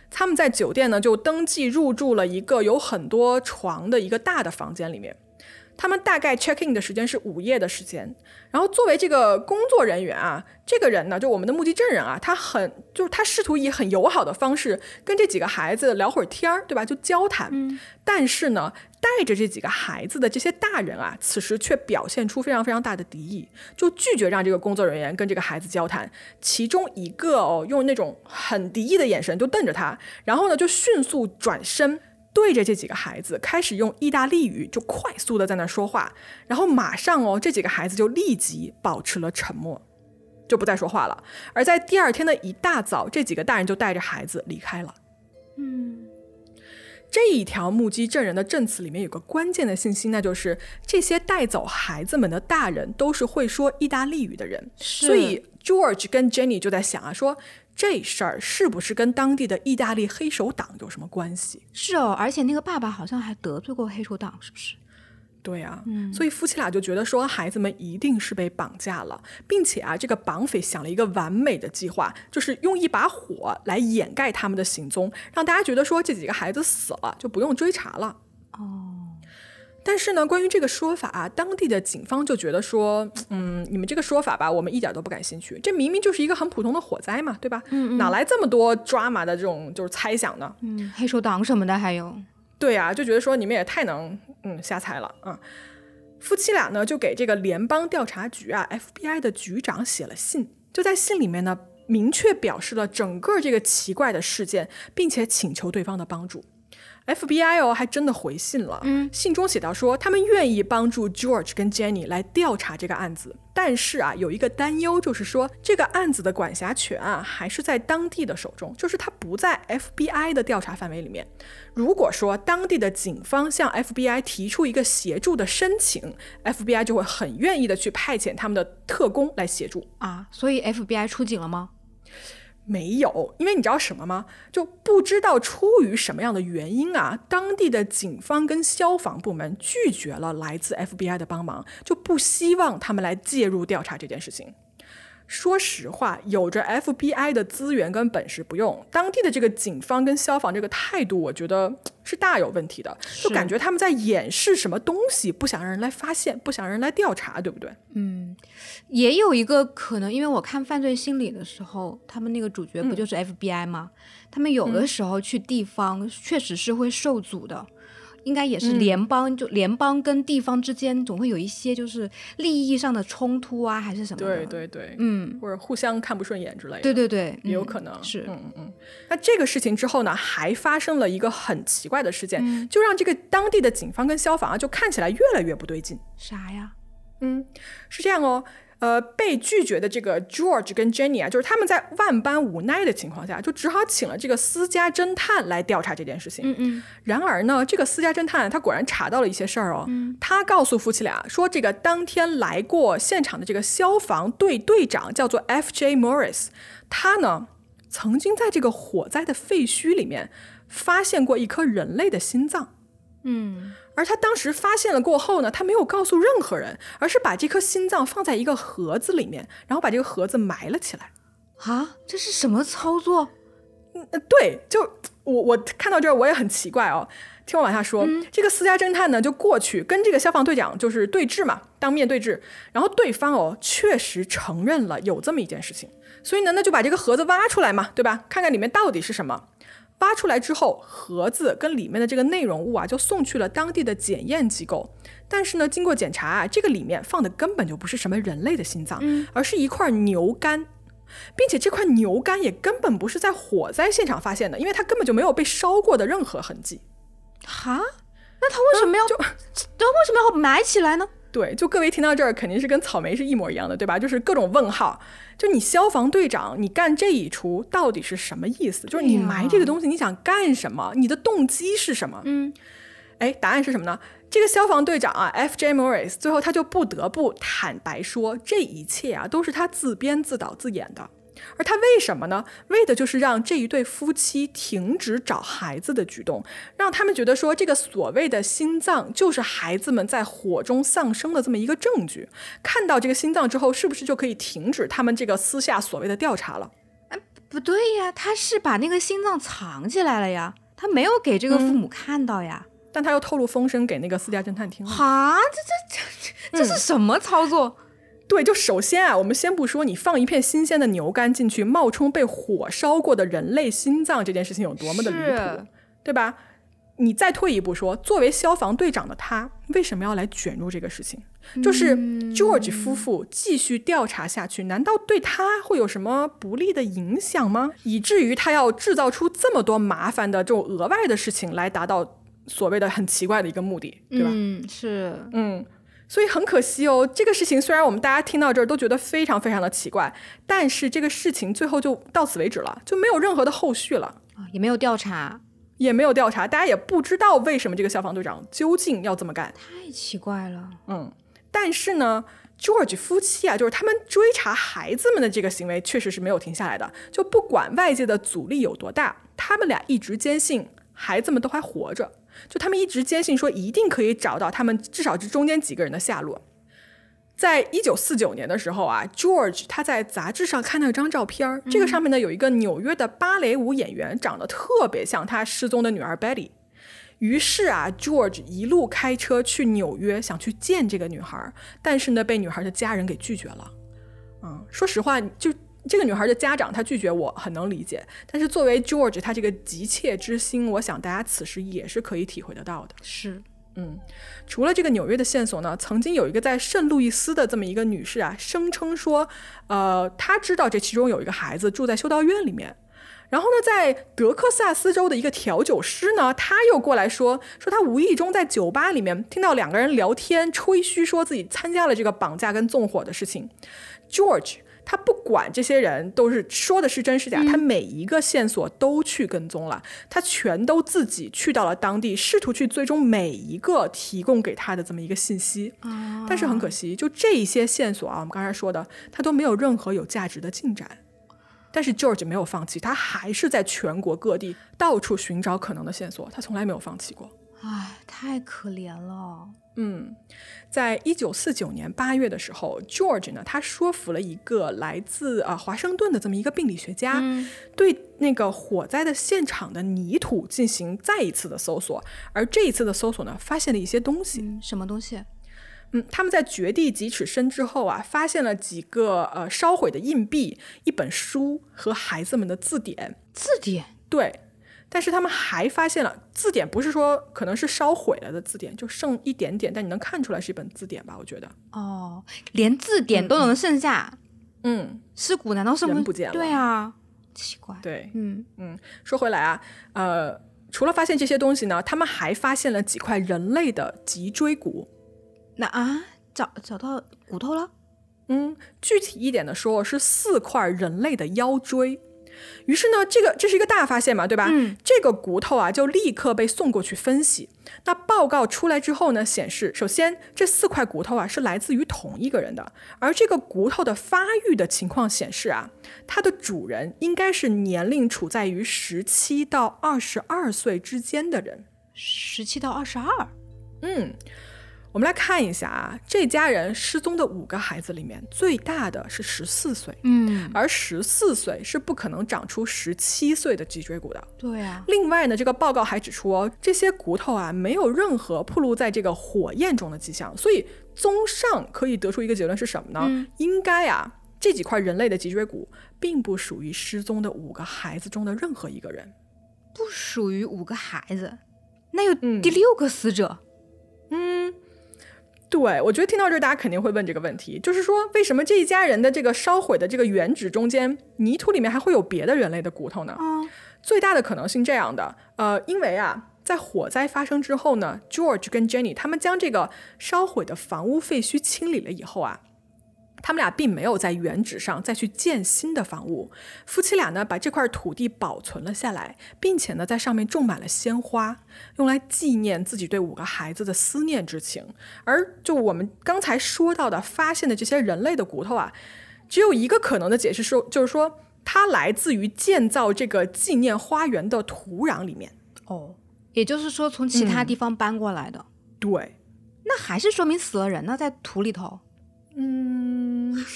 他们在酒店呢就登记入住了一个有很多床的一个大的房间里面。他们大概 check in 的时间是午夜的时间，然后作为这个工作人员啊，这个人呢，就我们的目击证人啊，他很就是他试图以很友好的方式跟这几个孩子聊会儿天儿，对吧？就交谈。嗯、但是呢，带着这几个孩子的这些大人啊，此时却表现出非常非常大的敌意，就拒绝让这个工作人员跟这个孩子交谈。其中一个哦，用那种很敌意的眼神就瞪着他，然后呢，就迅速转身。对着这几个孩子开始用意大利语就快速的在那说话，然后马上哦，这几个孩子就立即保持了沉默，就不再说话了。而在第二天的一大早，这几个大人就带着孩子离开了。嗯，这一条目击证人的证词里面有个关键的信息，那就是这些带走孩子们的大人都是会说意大利语的人，所以 George 跟 Jenny 就在想啊，说这事儿是不是跟当地的意大利黑手党有什么关系？ 是哦，而且那个爸爸好像还得罪过黑手党，是不是？ 对啊、嗯、所以夫妻俩就觉得说孩子们一定是被绑架了，并且啊，这个绑匪想了一个完美的计划，就是用一把火来掩盖他们的行踪，让大家觉得说这几个孩子死了就不用追查了。哦。但是呢，关于这个说法啊，当地的警方就觉得说，嗯，你们这个说法吧，我们一点都不感兴趣。这明明就是一个很普通的火灾嘛，对吧？嗯嗯，哪来这么多 drama 的这种就是猜想呢？ 嗯，黑手党什么的还有。 对啊，就觉得说你们也太能嗯瞎猜了啊、嗯！夫妻俩呢就给这个联邦调查局啊 F B I 的局长写了信，就在信里面呢明确表示了整个这个奇怪的事件，并且请求对方的帮助。F B I 哦还真的回信了，嗯，信中写到说他们愿意帮助 George 跟 Jenny 来调查这个案子，但是啊有一个担忧，就是说这个案子的管辖权啊还是在当地的手中，就是它不在 F B I 的调查范围里面。如果说当地的警方向 F B I 提出一个协助的申请， F B I 就会很愿意的去派遣他们的特工来协助啊。所以 F B I 出警了吗？ 没有，因为你知道什么吗？就不知道出于什么样的原因啊，当地的警方跟消防部门拒绝了来自 F B I 的帮忙，就不希望他们来介入调查这件事情。说实话，有着 F B I 的资源跟本事不用，当地的这个警方跟消防这个态度，我觉得是大有问题的，就感觉他们在掩饰什么东西，不想让人来发现，不想让人来调查，对不对？ 嗯，也有一个可能，因为我看犯罪心理的时候，他们那个主角不就是 F B I 吗？嗯、他们有的时候去地方确实是会受阻的。应该也是联邦、嗯、就联邦跟地方之间总会有一些就是利益上的冲突啊，还是什么的。 对对对， 嗯， 或者互相看不顺眼之类的。 对对对， 也有可能、 嗯、是。 嗯嗯嗯。那这个事情之后呢，还发生了一个很奇怪的事件，嗯、就让这个当地的警方跟消防啊，就看起来越来越不对劲。 啥呀？ 嗯，是这样哦。呃，被拒绝的这个 George 跟 Jenny 啊，就是他们在万般无奈的情况下，就只好请了这个私家侦探来调查这件事情。 嗯嗯。 然而呢，这个私家侦探他果然查到了一些事儿哦。嗯。他告诉夫妻俩说，这个当天来过现场的这个消防队队长叫做 F J Morris， 他呢曾经在这个火灾的废墟里面发现过一颗人类的心脏。 嗯。 而他当时发现了过后呢，他没有告诉任何人，而是把这颗心脏放在一个盒子里面，然后把这个盒子埋了起来。 啊，这是什么操作？ 嗯，对，就我我看到这儿我也很奇怪哦。听我往下说、嗯、这个私家侦探呢就过去跟这个消防队长就是对峙嘛，当面对峙，然后对方哦确实承认了有这么一件事情，所以呢那就把这个盒子挖出来嘛，对吧？看看里面到底是什么。挖出来之后，盒子跟里面的这个内容物啊就送去了当地的检验机构，但是呢经过检查啊，这个里面放的根本就不是什么人类的心脏、嗯、而是一块牛肝，并且这块牛肝也根本不是在火灾现场发现的，因为它根本就没有被烧过的任何痕迹。 哈？那他为什么要、嗯、就他为什么要埋起来呢？ 对，就各位听到这儿肯定是跟草莓是一模一样的，对吧？就是各种问号，就你消防队长你干这一出到底是什么意思？就是你埋这个东西你想干什么？你的动机是什么？ 嗯， 哎，答案是什么呢？这个消防队长啊 F J Morris 最后他就不得不坦白说，这一切啊都是他自编自导自演的。而他为什么呢？为的就是让这一对夫妻停止找孩子的举动，让他们觉得说这个所谓的心脏就是孩子们在火中丧生的这么一个证据。看到这个心脏之后，是不是就可以停止他们这个私下所谓的调查了？ 不对呀，他是把那个心脏藏起来了呀，他没有给这个父母看到呀。 嗯，但他又透露风声给那个私家侦探听了。 哈，这这这这是什么操作？ 嗯，对，就首先啊，我们先不说你放一片新鲜的牛肝进去冒充被火烧过的人类心脏这件事情有多么的离谱，对吧？你再退一步说，作为消防队长的他为什么要来卷入这个事情？就是 George 夫妇继续调查下去，难道对他会有什么不利的影响吗？以至于他要制造出这么多麻烦的这种额外的事情来达到所谓的很奇怪的一个目的，对吧？ 嗯，是， 嗯，所以很可惜哦，这个事情虽然我们大家听到这儿都觉得非常非常的奇怪，但是这个事情最后就到此为止了，就没有任何的后续了， 也没有调查。 也没有调查，大家也不知道为什么这个消防队长究竟要这么干， 太奇怪了。 嗯，但是呢 George 夫妻啊，就是他们追查孩子们的这个行为确实是没有停下来的，就不管外界的阻力有多大，他们俩一直坚信孩子们都还活着，就他们一直坚信说一定可以找到他们至少这中间几个人的下落。在一九四九年的时候啊 George 他在杂志上看到一张照片、嗯、这个上面呢有一个纽约的芭蕾舞演员，长得特别像他失踪的女儿 Betty。 于是啊 George 一路开车去纽约想去见这个女孩，但是呢被女孩的家人给拒绝了。嗯，说实话，就这个女孩的家长她拒绝我很能理解，但是作为 George 他这个急切之心，我想大家此时也是可以体会得到的。 是， 嗯，除了这个纽约的线索呢，曾经有一个在圣路易斯的这么一个女士啊，声称说，呃，她知道这其中有一个孩子住在修道院里面。然后呢，在德克萨斯州的一个调酒师呢，他又过来说，说他无意中在酒吧里面听到两个人聊天，吹嘘说自己参加了这个绑架跟纵火的事情。George他不管这些人都是说的是真是假、嗯、他每一个线索都去跟踪了，他全都自己去到了当地，试图去追踪每一个提供给他的这么一个信息、哦、但是很可惜，就这一些线索啊，我们刚才说的他都没有任何有价值的进展。但是 George 没有放弃，他还是在全国各地到处寻找可能的线索，他从来没有放弃过。 唉，太可怜了。 嗯，在一九四九年八月的时候 George 呢，他说服了一个来自啊华盛顿的这么一个病理学家、嗯、对那个火灾的现场的泥土进行再一次的搜索，而这一次的搜索呢，发现了一些东西、 嗯、什么东西？ 嗯，他们在掘地几尺深之后啊，发现了几个呃烧毁的硬币、一本书和孩子们的字典。 字典？ 对，但是他们还发现了字典，不是说可能是烧毁了的字典，就剩一点点，但你能看出来是一本字典吧？我觉得。 哦，连字典都能剩下？ 嗯， 尸骨难道是人不见了？ 对啊，奇怪。 对， 嗯嗯，说回来啊，呃，除了发现这些东西呢，他们还发现了几块人类的脊椎骨。 那啊，找找到骨头了？ 嗯，具体一点的说，是四块人类的腰椎。于是呢，这个这是一个大发现嘛，对吧？ 嗯， 这个骨头啊，就立刻被送过去分析。那报告出来之后呢，显示，首先这四块骨头啊是来自于同一个人的，而这个骨头的发育的情况显示啊，它的主人应该是年龄处在于十七到二十二岁之间的人。 十七到二十二？ 嗯。我们来看一下啊，这家人失踪的五个孩子里面，最大的是十四岁， 嗯， 而十四岁是不可能长出十七岁的脊椎骨的。 对啊。 另外呢，这个报告还指出哦，这些骨头啊没有任何暴露在这个火焰中的迹象，所以综上可以得出一个结论是什么呢？嗯、应该啊，这几块人类的脊椎骨并不属于失踪的五个孩子中的任何一个人， 不属于五个孩子，那有第六个死者？ 嗯。嗯对，我觉得听到这儿大家肯定会问这个问题，就是说为什么这一家人的这个烧毁的这个原址中间泥土里面还会有别的人类的骨头呢？ 嗯、 最大的可能性这样的，呃，因为啊，在火灾发生之后呢 ，George 跟 Jenny 他们将这个烧毁的房屋废墟清理了以后啊，他们俩并没有在原址上再去建新的房屋，夫妻俩呢把这块土地保存了下来，并且呢在上面种满了鲜花，用来纪念自己对五个孩子的思念之情。而就我们刚才说到的发现的这些人类的骨头啊，只有一个可能的解释是，就是说它来自于建造这个纪念花园的土壤里面。 哦，也就是说从其他地方搬过来的。 嗯、对， 那还是说明死了人呢，在土里头。 嗯， 还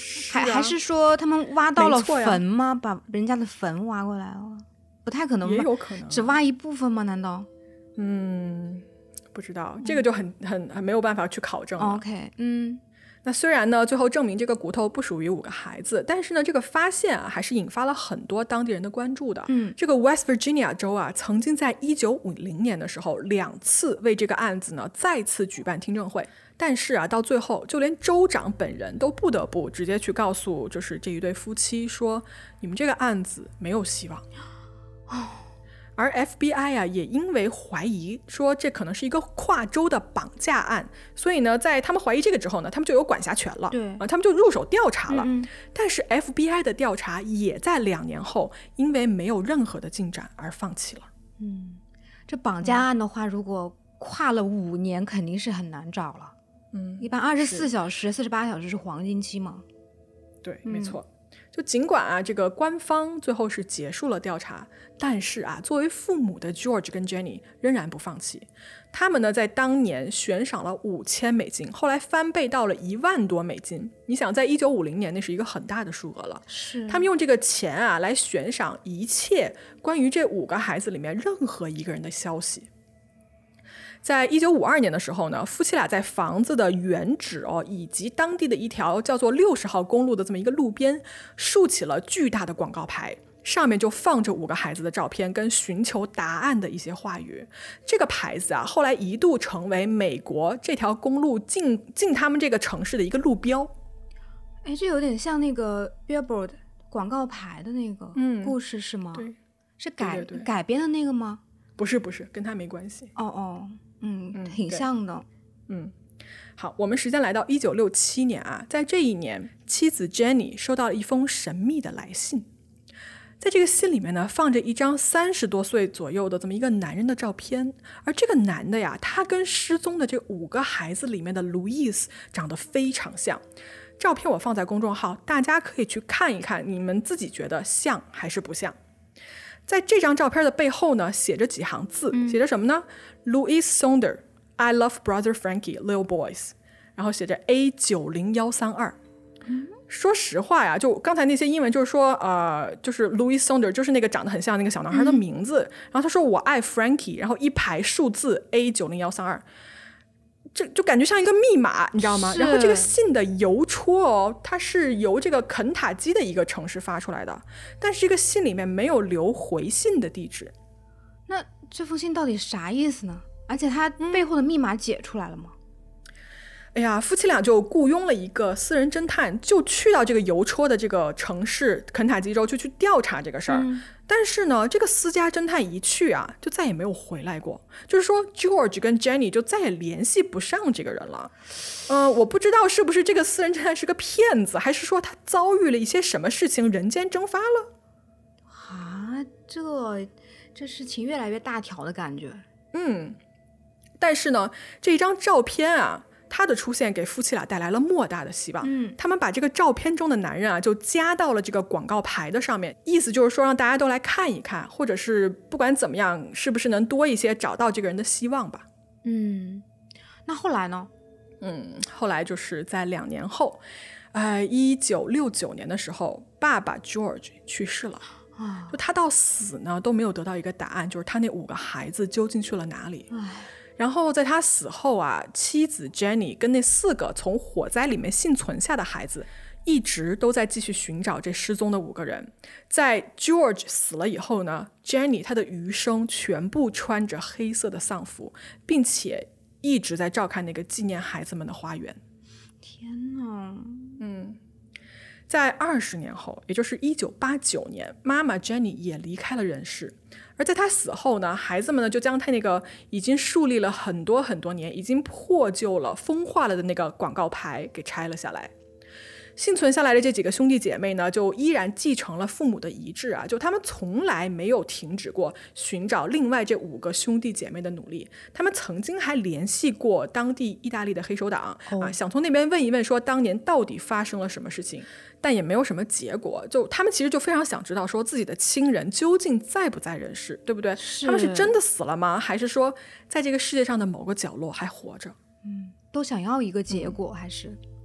是啊还是说他们挖到了没错呀坟吗？把人家的坟挖过来了？不太可能吧， 也有可能只挖一部分吗？难道？ 嗯，不知道，这个就很很很没有办法去考证了。 OK， 嗯， 那虽然呢，最后证明这个骨头不属于五个孩子，但是呢，这个发现啊，还是引发了很多当地人的关注的。 嗯， 这个 West Virginia 州啊，曾经在一九五零年的时候，两次为这个案子呢再次举办听证会，但是啊，到最后，就连州长本人都不得不直接去告诉，就是这一对夫妻说，你们这个案子没有希望。 哦。 而 F B I 啊，也因为怀疑说这可能是一个跨州的绑架案，所以呢，在他们怀疑这个之后呢，他们就有管辖权了， 对啊，他们就入手调查了。 嗯嗯但是 F B I 的调查也在两年后，因为没有任何的进展而放弃了。 嗯，这绑架案的话，如果跨了五年，肯定是很难找了。 嗯， 一般二十四小时、四十八小时是黄金期嘛？ 对，没错。就尽管啊，这个官方最后是结束了调查，但是啊，作为父母的 George 跟 Jenny 仍然不放弃。他们呢，在当年悬赏了五千美金，后来翻倍到了一万多美金。你想，在一九五零年，那是一个很大的数额了。 是， 他们用这个钱啊，来悬赏一切关于这五个孩子里面任何一个人的消息。在一九五二年的时候呢，夫妻俩在房子的原址哦，以及当地的一条叫做六十号公路的这么一个路边，竖起了巨大的广告牌，上面就放着五个孩子的照片跟寻求答案的一些话语。这个牌子啊，后来一度成为美国这条公路进进他们这个城市的一个路标。 哎，这有点像那个 Billboard 广告牌的那个故事、嗯、是吗？ 对， 是改对对对改编的那个吗？ 不是不是，跟他没关系。 哦哦。嗯， 嗯挺像的。 嗯，好，我们时间来到一九六七年啊，在这一年，妻子 Jenny 收到了一封神秘的来信。在这个信里面呢，放着一张三十多岁左右的这么一个男人的照片，而这个男的呀，他跟失踪的这五个孩子里面的 Louise 长得非常像。照片我放在公众号，大家可以去看一看，你们自己觉得像还是不像。在这张照片的背后呢，写着几行字，写着什么呢？ Louise Sonder I love brother Frankie little boys， 然后写着 A 九零一三二。说实话呀，就刚才那些英文就是说呃，就是 Louise Sonder 就是那个长得很像那个小男孩的名字、嗯、然后他说我爱 Frankie， 然后一排数字 A 九零一三二，这就感觉像一个密码，你知道吗？然后这个信的邮戳哦，它是由这个肯塔基的一个城市发出来的，但是这个信里面没有留回信的地址。 那这封信到底啥意思呢？而且它背后的密码解出来了吗？ 嗯、哎呀，夫妻俩就雇佣了一个私人侦探，就去到这个邮戳的这个城市肯塔基州，就去调查这个事儿。嗯但是呢，这个私家侦探一去啊，就再也没有回来过。就是说 ，George 跟 Jenny 就再也联系不上这个人了。呃，我不知道是不是这个私人侦探是个骗子，还是说他遭遇了一些什么事情，人间蒸发了。 啊，这这事情越来越大条的感觉。 嗯，但是呢，这张照片啊，他的出现给夫妻俩带来了莫大的希望。 嗯， 他们把这个照片中的男人啊，就加到了这个广告牌的上面，意思就是说让大家都来看一看，或者是不管怎么样，是不是能多一些找到这个人的希望吧。 嗯，那后来呢？ 嗯，后来就是在两年后，呃，一九六九年的时候，爸爸 George 去世了。 啊， 就他到死呢都没有得到一个答案，就是他那五个孩子究竟去了哪里。然后在他死后啊，妻子 Jenny 跟那四个从火灾里面幸存下的孩子一直都在继续寻找这失踪的五个人。在 George 死了以后呢， Jenny 她的余生全部穿着黑色的丧服，并且一直在照看那个纪念孩子们的花园。 天哪。 嗯，在二十年后，也就是一九八九年，妈妈 Jenny 也离开了人世。而在她死后呢，孩子们呢就将她那个已经树立了很多很多年、已经破旧了、风化了的那个广告牌给拆了下来。幸存下来的这几个兄弟姐妹呢，就依然继承了父母的遗志啊，就他们从来没有停止过寻找另外这五个兄弟姐妹的努力。他们曾经还联系过当地意大利的黑手党、oh. 啊，想从那边问一问说当年到底发生了什么事情，但也没有什么结果。就他们其实就非常想知道说自己的亲人究竟在不在人世，对不对？他们是真的死了吗？还是说在这个世界上的某个角落还活着？ 嗯，都想要一个结果、嗯、还是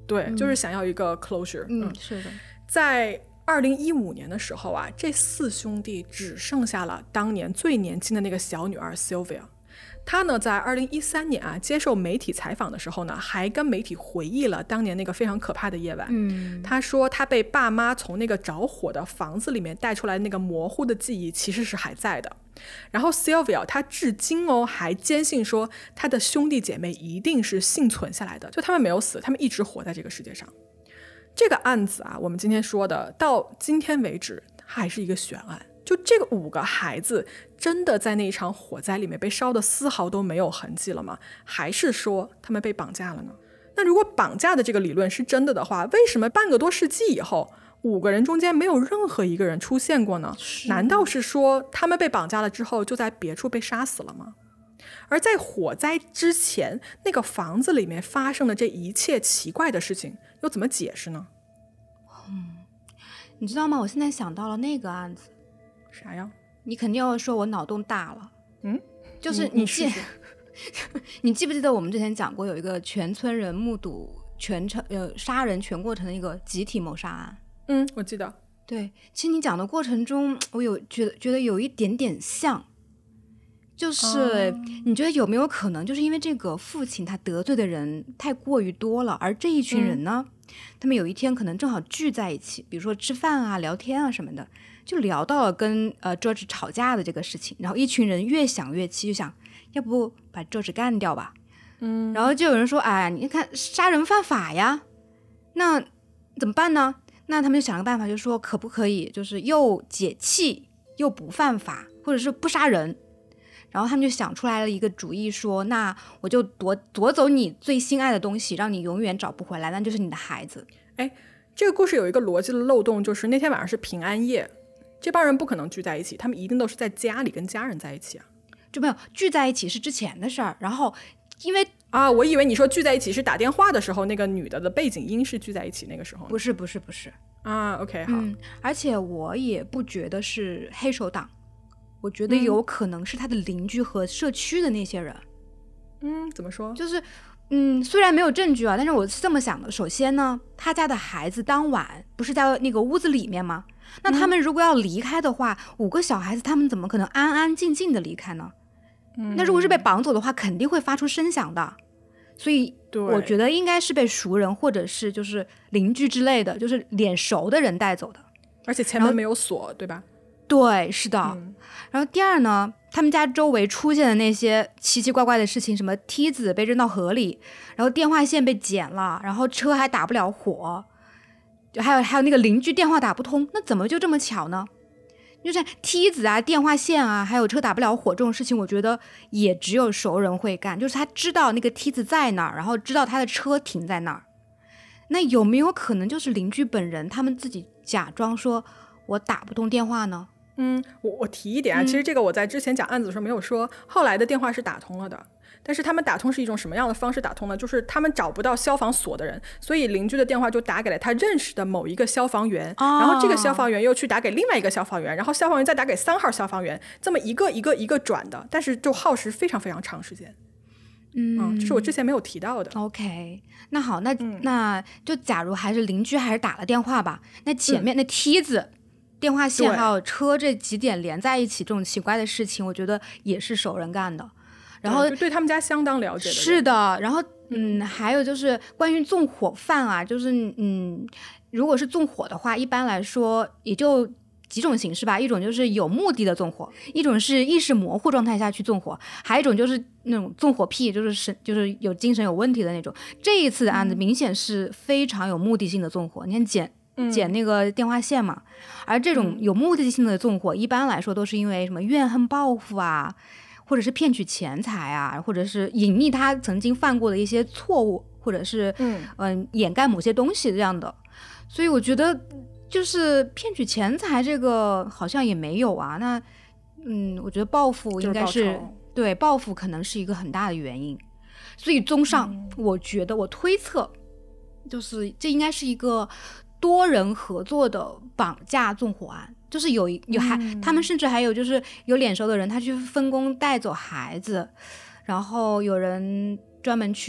对、 嗯、 就是想要一个 closure。 嗯, 嗯是的。 在二零一五年的时候啊，这四兄弟只剩下了当年最年轻的那个小女儿 Sylvia。他呢，在二零一三年啊接受媒体采访的时候呢，还跟媒体回忆了当年那个非常可怕的夜晚。 嗯， 他说他被爸妈从那个着火的房子里面带出来，那个模糊的记忆其实是还在的。然后 Sylvia 他至今哦还坚信说他的兄弟姐妹一定是幸存下来的，就他们没有死，他们一直活在这个世界上。这个案子啊，我们今天说的到今天为止还是一个悬案。就这个五个孩子真的在那一场火灾里面被烧得丝毫都没有痕迹了吗？还是说他们被绑架了呢？那如果绑架的这个理论是真的的话，为什么半个多世纪以后五个人中间没有任何一个人出现过呢？难道是说他们被绑架了之后就在别处被杀死了吗？而在火灾之前，那个房子里面发生的这一切奇怪的事情又怎么解释呢？ 嗯，你知道吗？我现在想到了那个案子。 啥呀？ 你肯定要说我脑洞大了。 嗯， 就是你记你记不记得我们之前讲过有一个全村人目睹全程呃杀人全过程的一个集体谋杀案？ 嗯，我记得。 对，其实你讲的过程中，我有觉得觉得有一点点像，就是你觉得有没有可能，就是因为这个父亲他得罪的人太过于多了，而这一群人呢，嗯、他们有一天可能正好聚在一起，比如说吃饭啊、聊天啊什么的。就聊到了跟呃 George 吵架的这个事情，然后一群人越想越气，就想要不把 George 干掉吧， 嗯， 然后就有人说，哎，你看杀人犯法呀，那怎么办呢？那他们就想了个办法，就说可不可以就是又解气又不犯法，或者是不杀人。然后他们就想出来了一个主意，说那我就夺夺走你最心爱的东西，让你永远找不回来，那就是你的孩子。 哎，这个故事有一个逻辑的漏洞，就是那天晚上是平安夜。这帮人不可能聚在一起，他们一定都是在家里跟家人在一起啊。 就没有聚在一起是之前的事儿，然后因为啊，我以为你说聚在一起是打电话的时候，那个女的的背景音是聚在一起那个时候。 不是不是不是啊 ，OK 好、 嗯。而且我也不觉得是黑手党，我觉得有可能是他的邻居和社区的那些人。 嗯，怎么说？ 就是嗯，虽然没有证据啊，但是我是这么想的。首先呢，他家的孩子当晚不是在那个屋子里面吗？那他们如果要离开的话、嗯、五个小孩子他们怎么可能安安静静的离开呢、嗯、那如果是被绑走的话肯定会发出声响的，所以我觉得应该是被熟人或者是就是邻居之类的，就是脸熟的人带走的， 而且前门没有锁对吧？ 对，是的、嗯、然后第二呢，他们家周围出现的那些奇奇怪怪的事情，什么梯子被扔到河里，然后电话线被剪了，然后车还打不了火，还有还有那个邻居电话打不通，那怎么就这么巧呢？就是梯子啊、电话线啊，还有车打不了火这种事情，我觉得也只有熟人会干，就是他知道那个梯子在哪儿，然后知道他的车停在那儿。那有没有可能就是邻居本人他们自己假装说我打不通电话呢？ 嗯，我我提一点啊、嗯，其实这个我在之前讲案子的时候没有说，后来的电话是打通了的。但是他们打通是一种什么样的方式打通呢？就是他们找不到消防锁的人，所以邻居的电话就打给了他认识的某一个消防员、哦、然后这个消防员又去打给另外一个消防员，然后消防员再打给三号消防员，这么一个一个一个转的，但是就耗时非常非常长时间。嗯, 嗯，这是我之前没有提到的。 OK， 那好，那、嗯、那就假如还是邻居还是打了电话吧，那前面那梯子、嗯、电话线还有车这几点连在一起，这种奇怪的事情我觉得也是熟人干的，然后就对他们家相当了解的。 是的，然后嗯，还有就是关于纵火犯啊，就是嗯，如果是纵火的话，一般来说也就几种形式吧，一种就是有目的的纵火，一种是意识模糊状态下去纵火，还有一种就是那种纵火癖，就是是就是有精神有问题的那种。这一次的案子明显是非常有目的性的纵火，你看捡捡那个电话线嘛，而这种有目的性的纵火，一般来说都是因为什么怨恨报复啊，或者是骗取钱财啊，或者是隐匿他曾经犯过的一些错误，或者是嗯、呃、掩盖某些东西这样的。所以我觉得就是骗取钱财这个好像也没有啊，那嗯，我觉得报复应该是、就是、报对报复可能是一个很大的原因。所以综上、嗯、我觉得我推测就是这应该是一个多人合作的绑架纵火案，就是有有还、嗯、他们甚至还有就是有脸熟的人他去分工带走孩子，然后有人专门去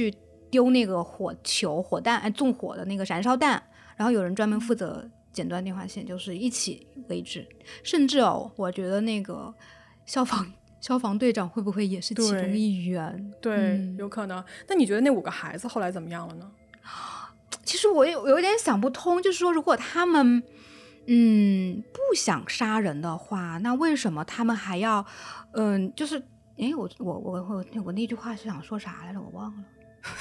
丢那个火球、火弹，哎，纵火的那个燃烧弹，然后有人专门负责剪断电话线，就是一起为之。甚至哦，我觉得那个消防消防队长会不会也是其中一员？ 对，对嗯、有可能。那你觉得那五个孩子后来怎么样了呢？ 其实我有有点想不通，就是说，如果他们嗯不想杀人的话，那为什么他们还要嗯就是哎我我我我我那句话是想说啥来着？我忘了。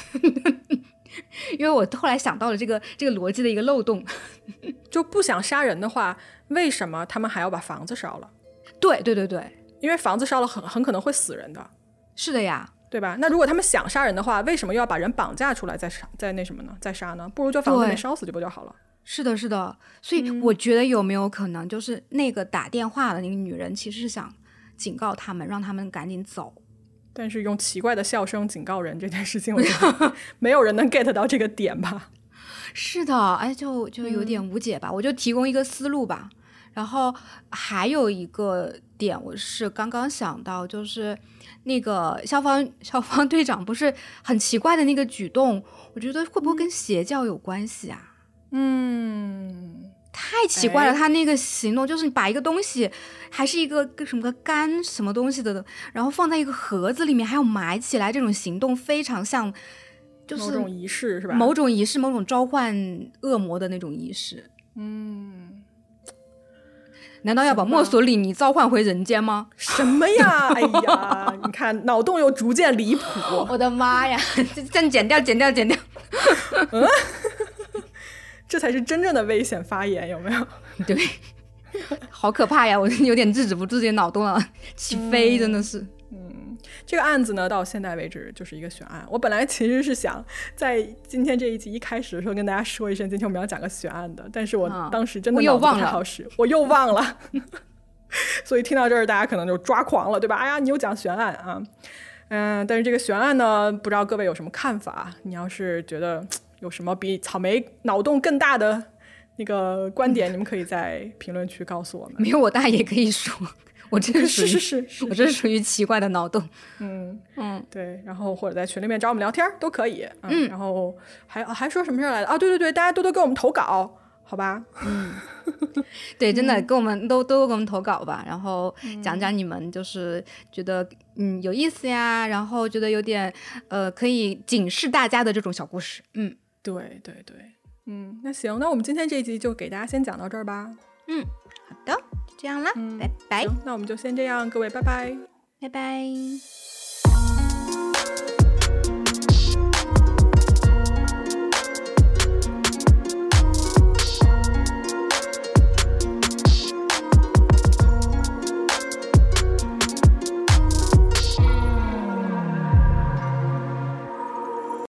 因为我后来想到了这个这个逻辑的一个漏洞， 就不想杀人的话，为什么他们还要把房子烧了？ 对对对对， 因为房子烧了很很可能会死人的。 是的呀， 对吧？那如果他们想杀人的话，为什么又要把人绑架出来再杀再那什么呢？再杀呢？不如就房子里面烧死就不就好了？ 是的，是的。所以我觉得有没有可能，就是那个打电话的那个女人其实是想警告他们，让他们赶紧走。 但是用奇怪的笑声警告人这件事情，我觉得没有人能 get 到这个点吧？ 是的，哎，就就有点无解吧。嗯、我就提供一个思路吧。然后还有一个点，我是刚刚想到，就是那个消防消防队长不是很奇怪的那个举动，我觉得会不会跟邪教有关系啊？ 嗯。 太奇怪了，他那个行动就是把一个东西，还是一个什么个干什么东西的，然后放在一个盒子里面，还要埋起来，这种行动非常像，就是某种仪式是吧？ 某种仪式，某种召唤恶魔的那种仪式。 嗯， 难道要把墨索里尼召唤回人间吗？ 什么呀？哎呀，你看脑洞又逐渐离谱。 我的妈呀！这样剪掉，剪掉，剪掉。 嗯。这才是真正的危险发言，有没有？ 对，好可怕呀！我有点制止不住自己脑洞了，起飞，嗯、真的是。 嗯，这个案子呢，到现在为止就是一个悬案。我本来其实是想在今天这一集一开始的时候跟大家说一声，今天我们要讲个悬案的，但是我当时真的脑子不太好使，我又忘了。所以听到这儿，大家可能就抓狂了，对吧？哎呀，你又讲悬案啊！嗯，但是这个悬案呢，不知道各位有什么看法？你要是觉得有什么比草莓脑洞更大的那个观点，你们可以在评论区告诉我们。 没有我大也可以说，我这是是是是， 我这是属于奇怪的脑洞。 嗯嗯，对，然后或者在群里面找我们聊天都可以。嗯，嗯然后还还说什么事来的啊？对对对，大家多多给我们投稿，好吧？嗯， 对，真的给我们都都给我们投稿吧，然后讲讲你们就是觉得嗯有意思呀，然后觉得有点呃可以警示大家的这种小故事。嗯。 对对对，嗯，那行，那我们今天这一集就给大家先讲到这儿吧。 嗯，好的，就这样啦，嗯、拜拜。 那我们就先这样，各位拜拜， 拜拜。